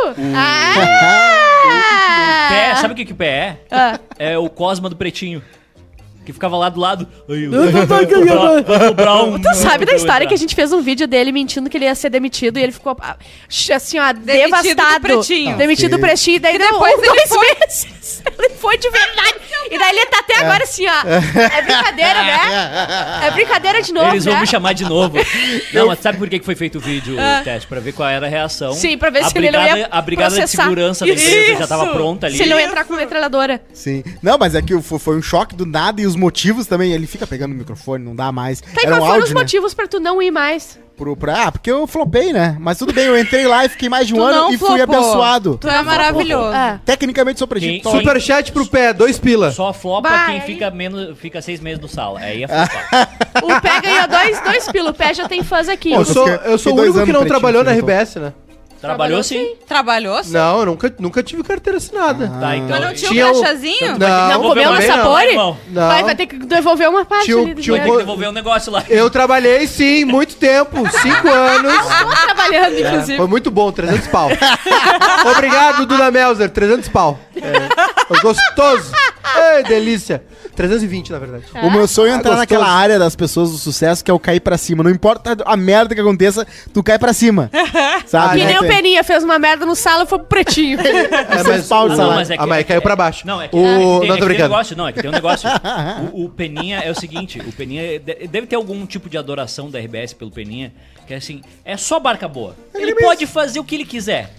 Pé, sabe o que o pé é? Ah. É o Cosma do Pretinho. Que ficava lá do lado. Vai cobrar um... Tu sabe da história que a gente fez um vídeo dele mentindo que ele ia ser demitido e ele ficou assim, ó, devastado. do Pretinho. Demitido do Pretinho. E daí depois ele dois foi. meses. Ele foi de verdade. E daí ele tá até agora assim, ó. É brincadeira, né? É brincadeira de novo, Eles vão né? me chamar de novo. Não, mas sabe por que foi feito o vídeo, teste? Pra ver qual era a reação. Sim, pra ver A se ele não ia A brigada de processar. segurança da empresa já tava Isso. pronta ali. Se ele não entrar com metralhadora. Sim. Não, mas é que foi um choque do nada e os motivos também. Ele fica pegando o microfone, não dá mais. Tá, e Era quais um foram os áudio, né? motivos pra tu não ir mais? Porque eu flopei, né? Mas tudo bem, eu entrei lá e fiquei mais de um Tu ano não e fui flopou. abençoado. Tu é maravilhoso. Ah. Tecnicamente sou pretinho. Sim. Superchat pro pé, 2 pila. Só flopa Vai, quem aí. fica 6 meses no sala. Aí é flopar. O Pé ganhou dois pila. O Pé já tem fãs aqui. Eu sou fiquei o 2 único que anos não pretinho, trabalhou na filho, RBS, né? Trabalhou sim. Trabalhou? sim? Não, eu nunca tive carteira assinada. Tá, então. Mas não tinha Tinha um o- crachazinho? Não comeu uma também não. sapore? irmão. Não. Vai ter que devolver uma parte Tio- ali do tio Vai ter dinheiro. que devolver um negócio lá. Eu trabalhei sim, muito tempo, 5 anos. Tô trabalhando, inclusive. Foi muito bom, 300 pau. Obrigado, Duda Melzer, 300 pau. Foi gostoso. Ei, delícia. 320, na verdade. O meu sonho é entrar gostoso. naquela área das pessoas do sucesso que é o cair pra cima. Não importa a merda que aconteça, tu cai pra cima. Sabe? Que nem o Peninha fez uma merda no sala e foi pro pretinho. É, mas, pau de o- salário. mas é que- a Maia caiu pra baixo. Não, é que, O- é que tem, não, é que tô tem um brincando. negócio. Não, é que tem um negócio. O Peninha é o seguinte, o Peninha deve ter algum tipo de adoração da RBS pelo Peninha, que é assim, é só barca boa. Ele pode fazer o que ele quiser.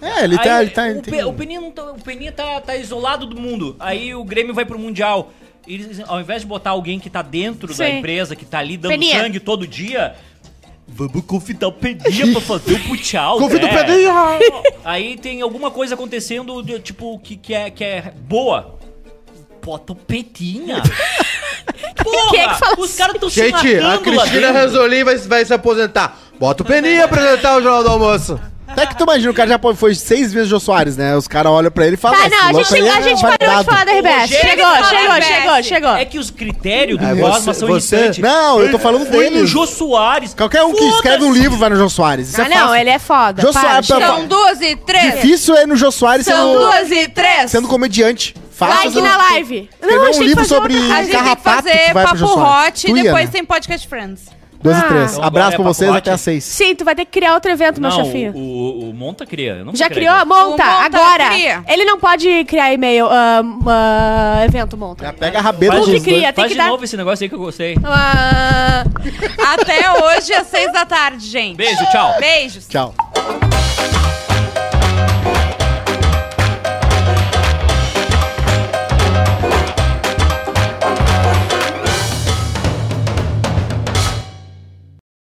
Ele Aí, tá... o Peninha tá isolado do mundo. Aí o Grêmio vai pro Mundial. Eles, ao invés de botar alguém que tá dentro da Sim. empresa, que tá ali dando Peninha. sangue todo dia... Vamos convidar o Peninha pra fazer o Mundial. Convida o né? Pedrinho! Aí tem alguma coisa acontecendo, tipo, que é boa. Bota o Peninha. Porra, Quem é que fala os caras tão se Gente, matando a lá Cristina dentro. Resolim vai se aposentar. Bota o Peninha pra apresentar o Jornal do Almoço. Até que tu imagina, o cara já foi 6 vezes Jô Soares, né? Os caras olham pra ele e falam... Tá, "Esse não, a louco aí gente, é a gente parou de validado." falar da RBS. Rogério, Chegou. É que os critérios do É, Cosma você- são você- irritantes. Não, eu tô falando Foi no dele. Jô Soares. Qualquer um que escreve um livro vai no Jô Soares. Isso Ah, é não, fácil. ele é foda. Jô Para, Soares, chega. São 2 e 3. Difícil é no Jô Soares São 2 e 3. sendo comediante. Fácil. Like na live. Escrever Não, a um gente tem que livro fazer sobre outra A coisa. gente tem que Carrapato que fazer vai pro Jô papo Soares. hot Tu e ia, depois né? tem podcast Friends. 2 e 3. Então Abraço agora pra é vocês, papo até hot? às 6. Sim, tu vai ter que criar outro evento, meu Não, chefinho. o Monta cria. Eu não Já vou criou? criar. Monta, O Monta agora. cria. Ele não pode criar e-mail, evento, Monta. Já pega a rabeta Tu que dos dois. cria, tem Faz que de dar... novo esse negócio aí que eu gostei. Ah, Até hoje, às 6 da tarde, gente. Beijo, tchau. Beijos. Tchau.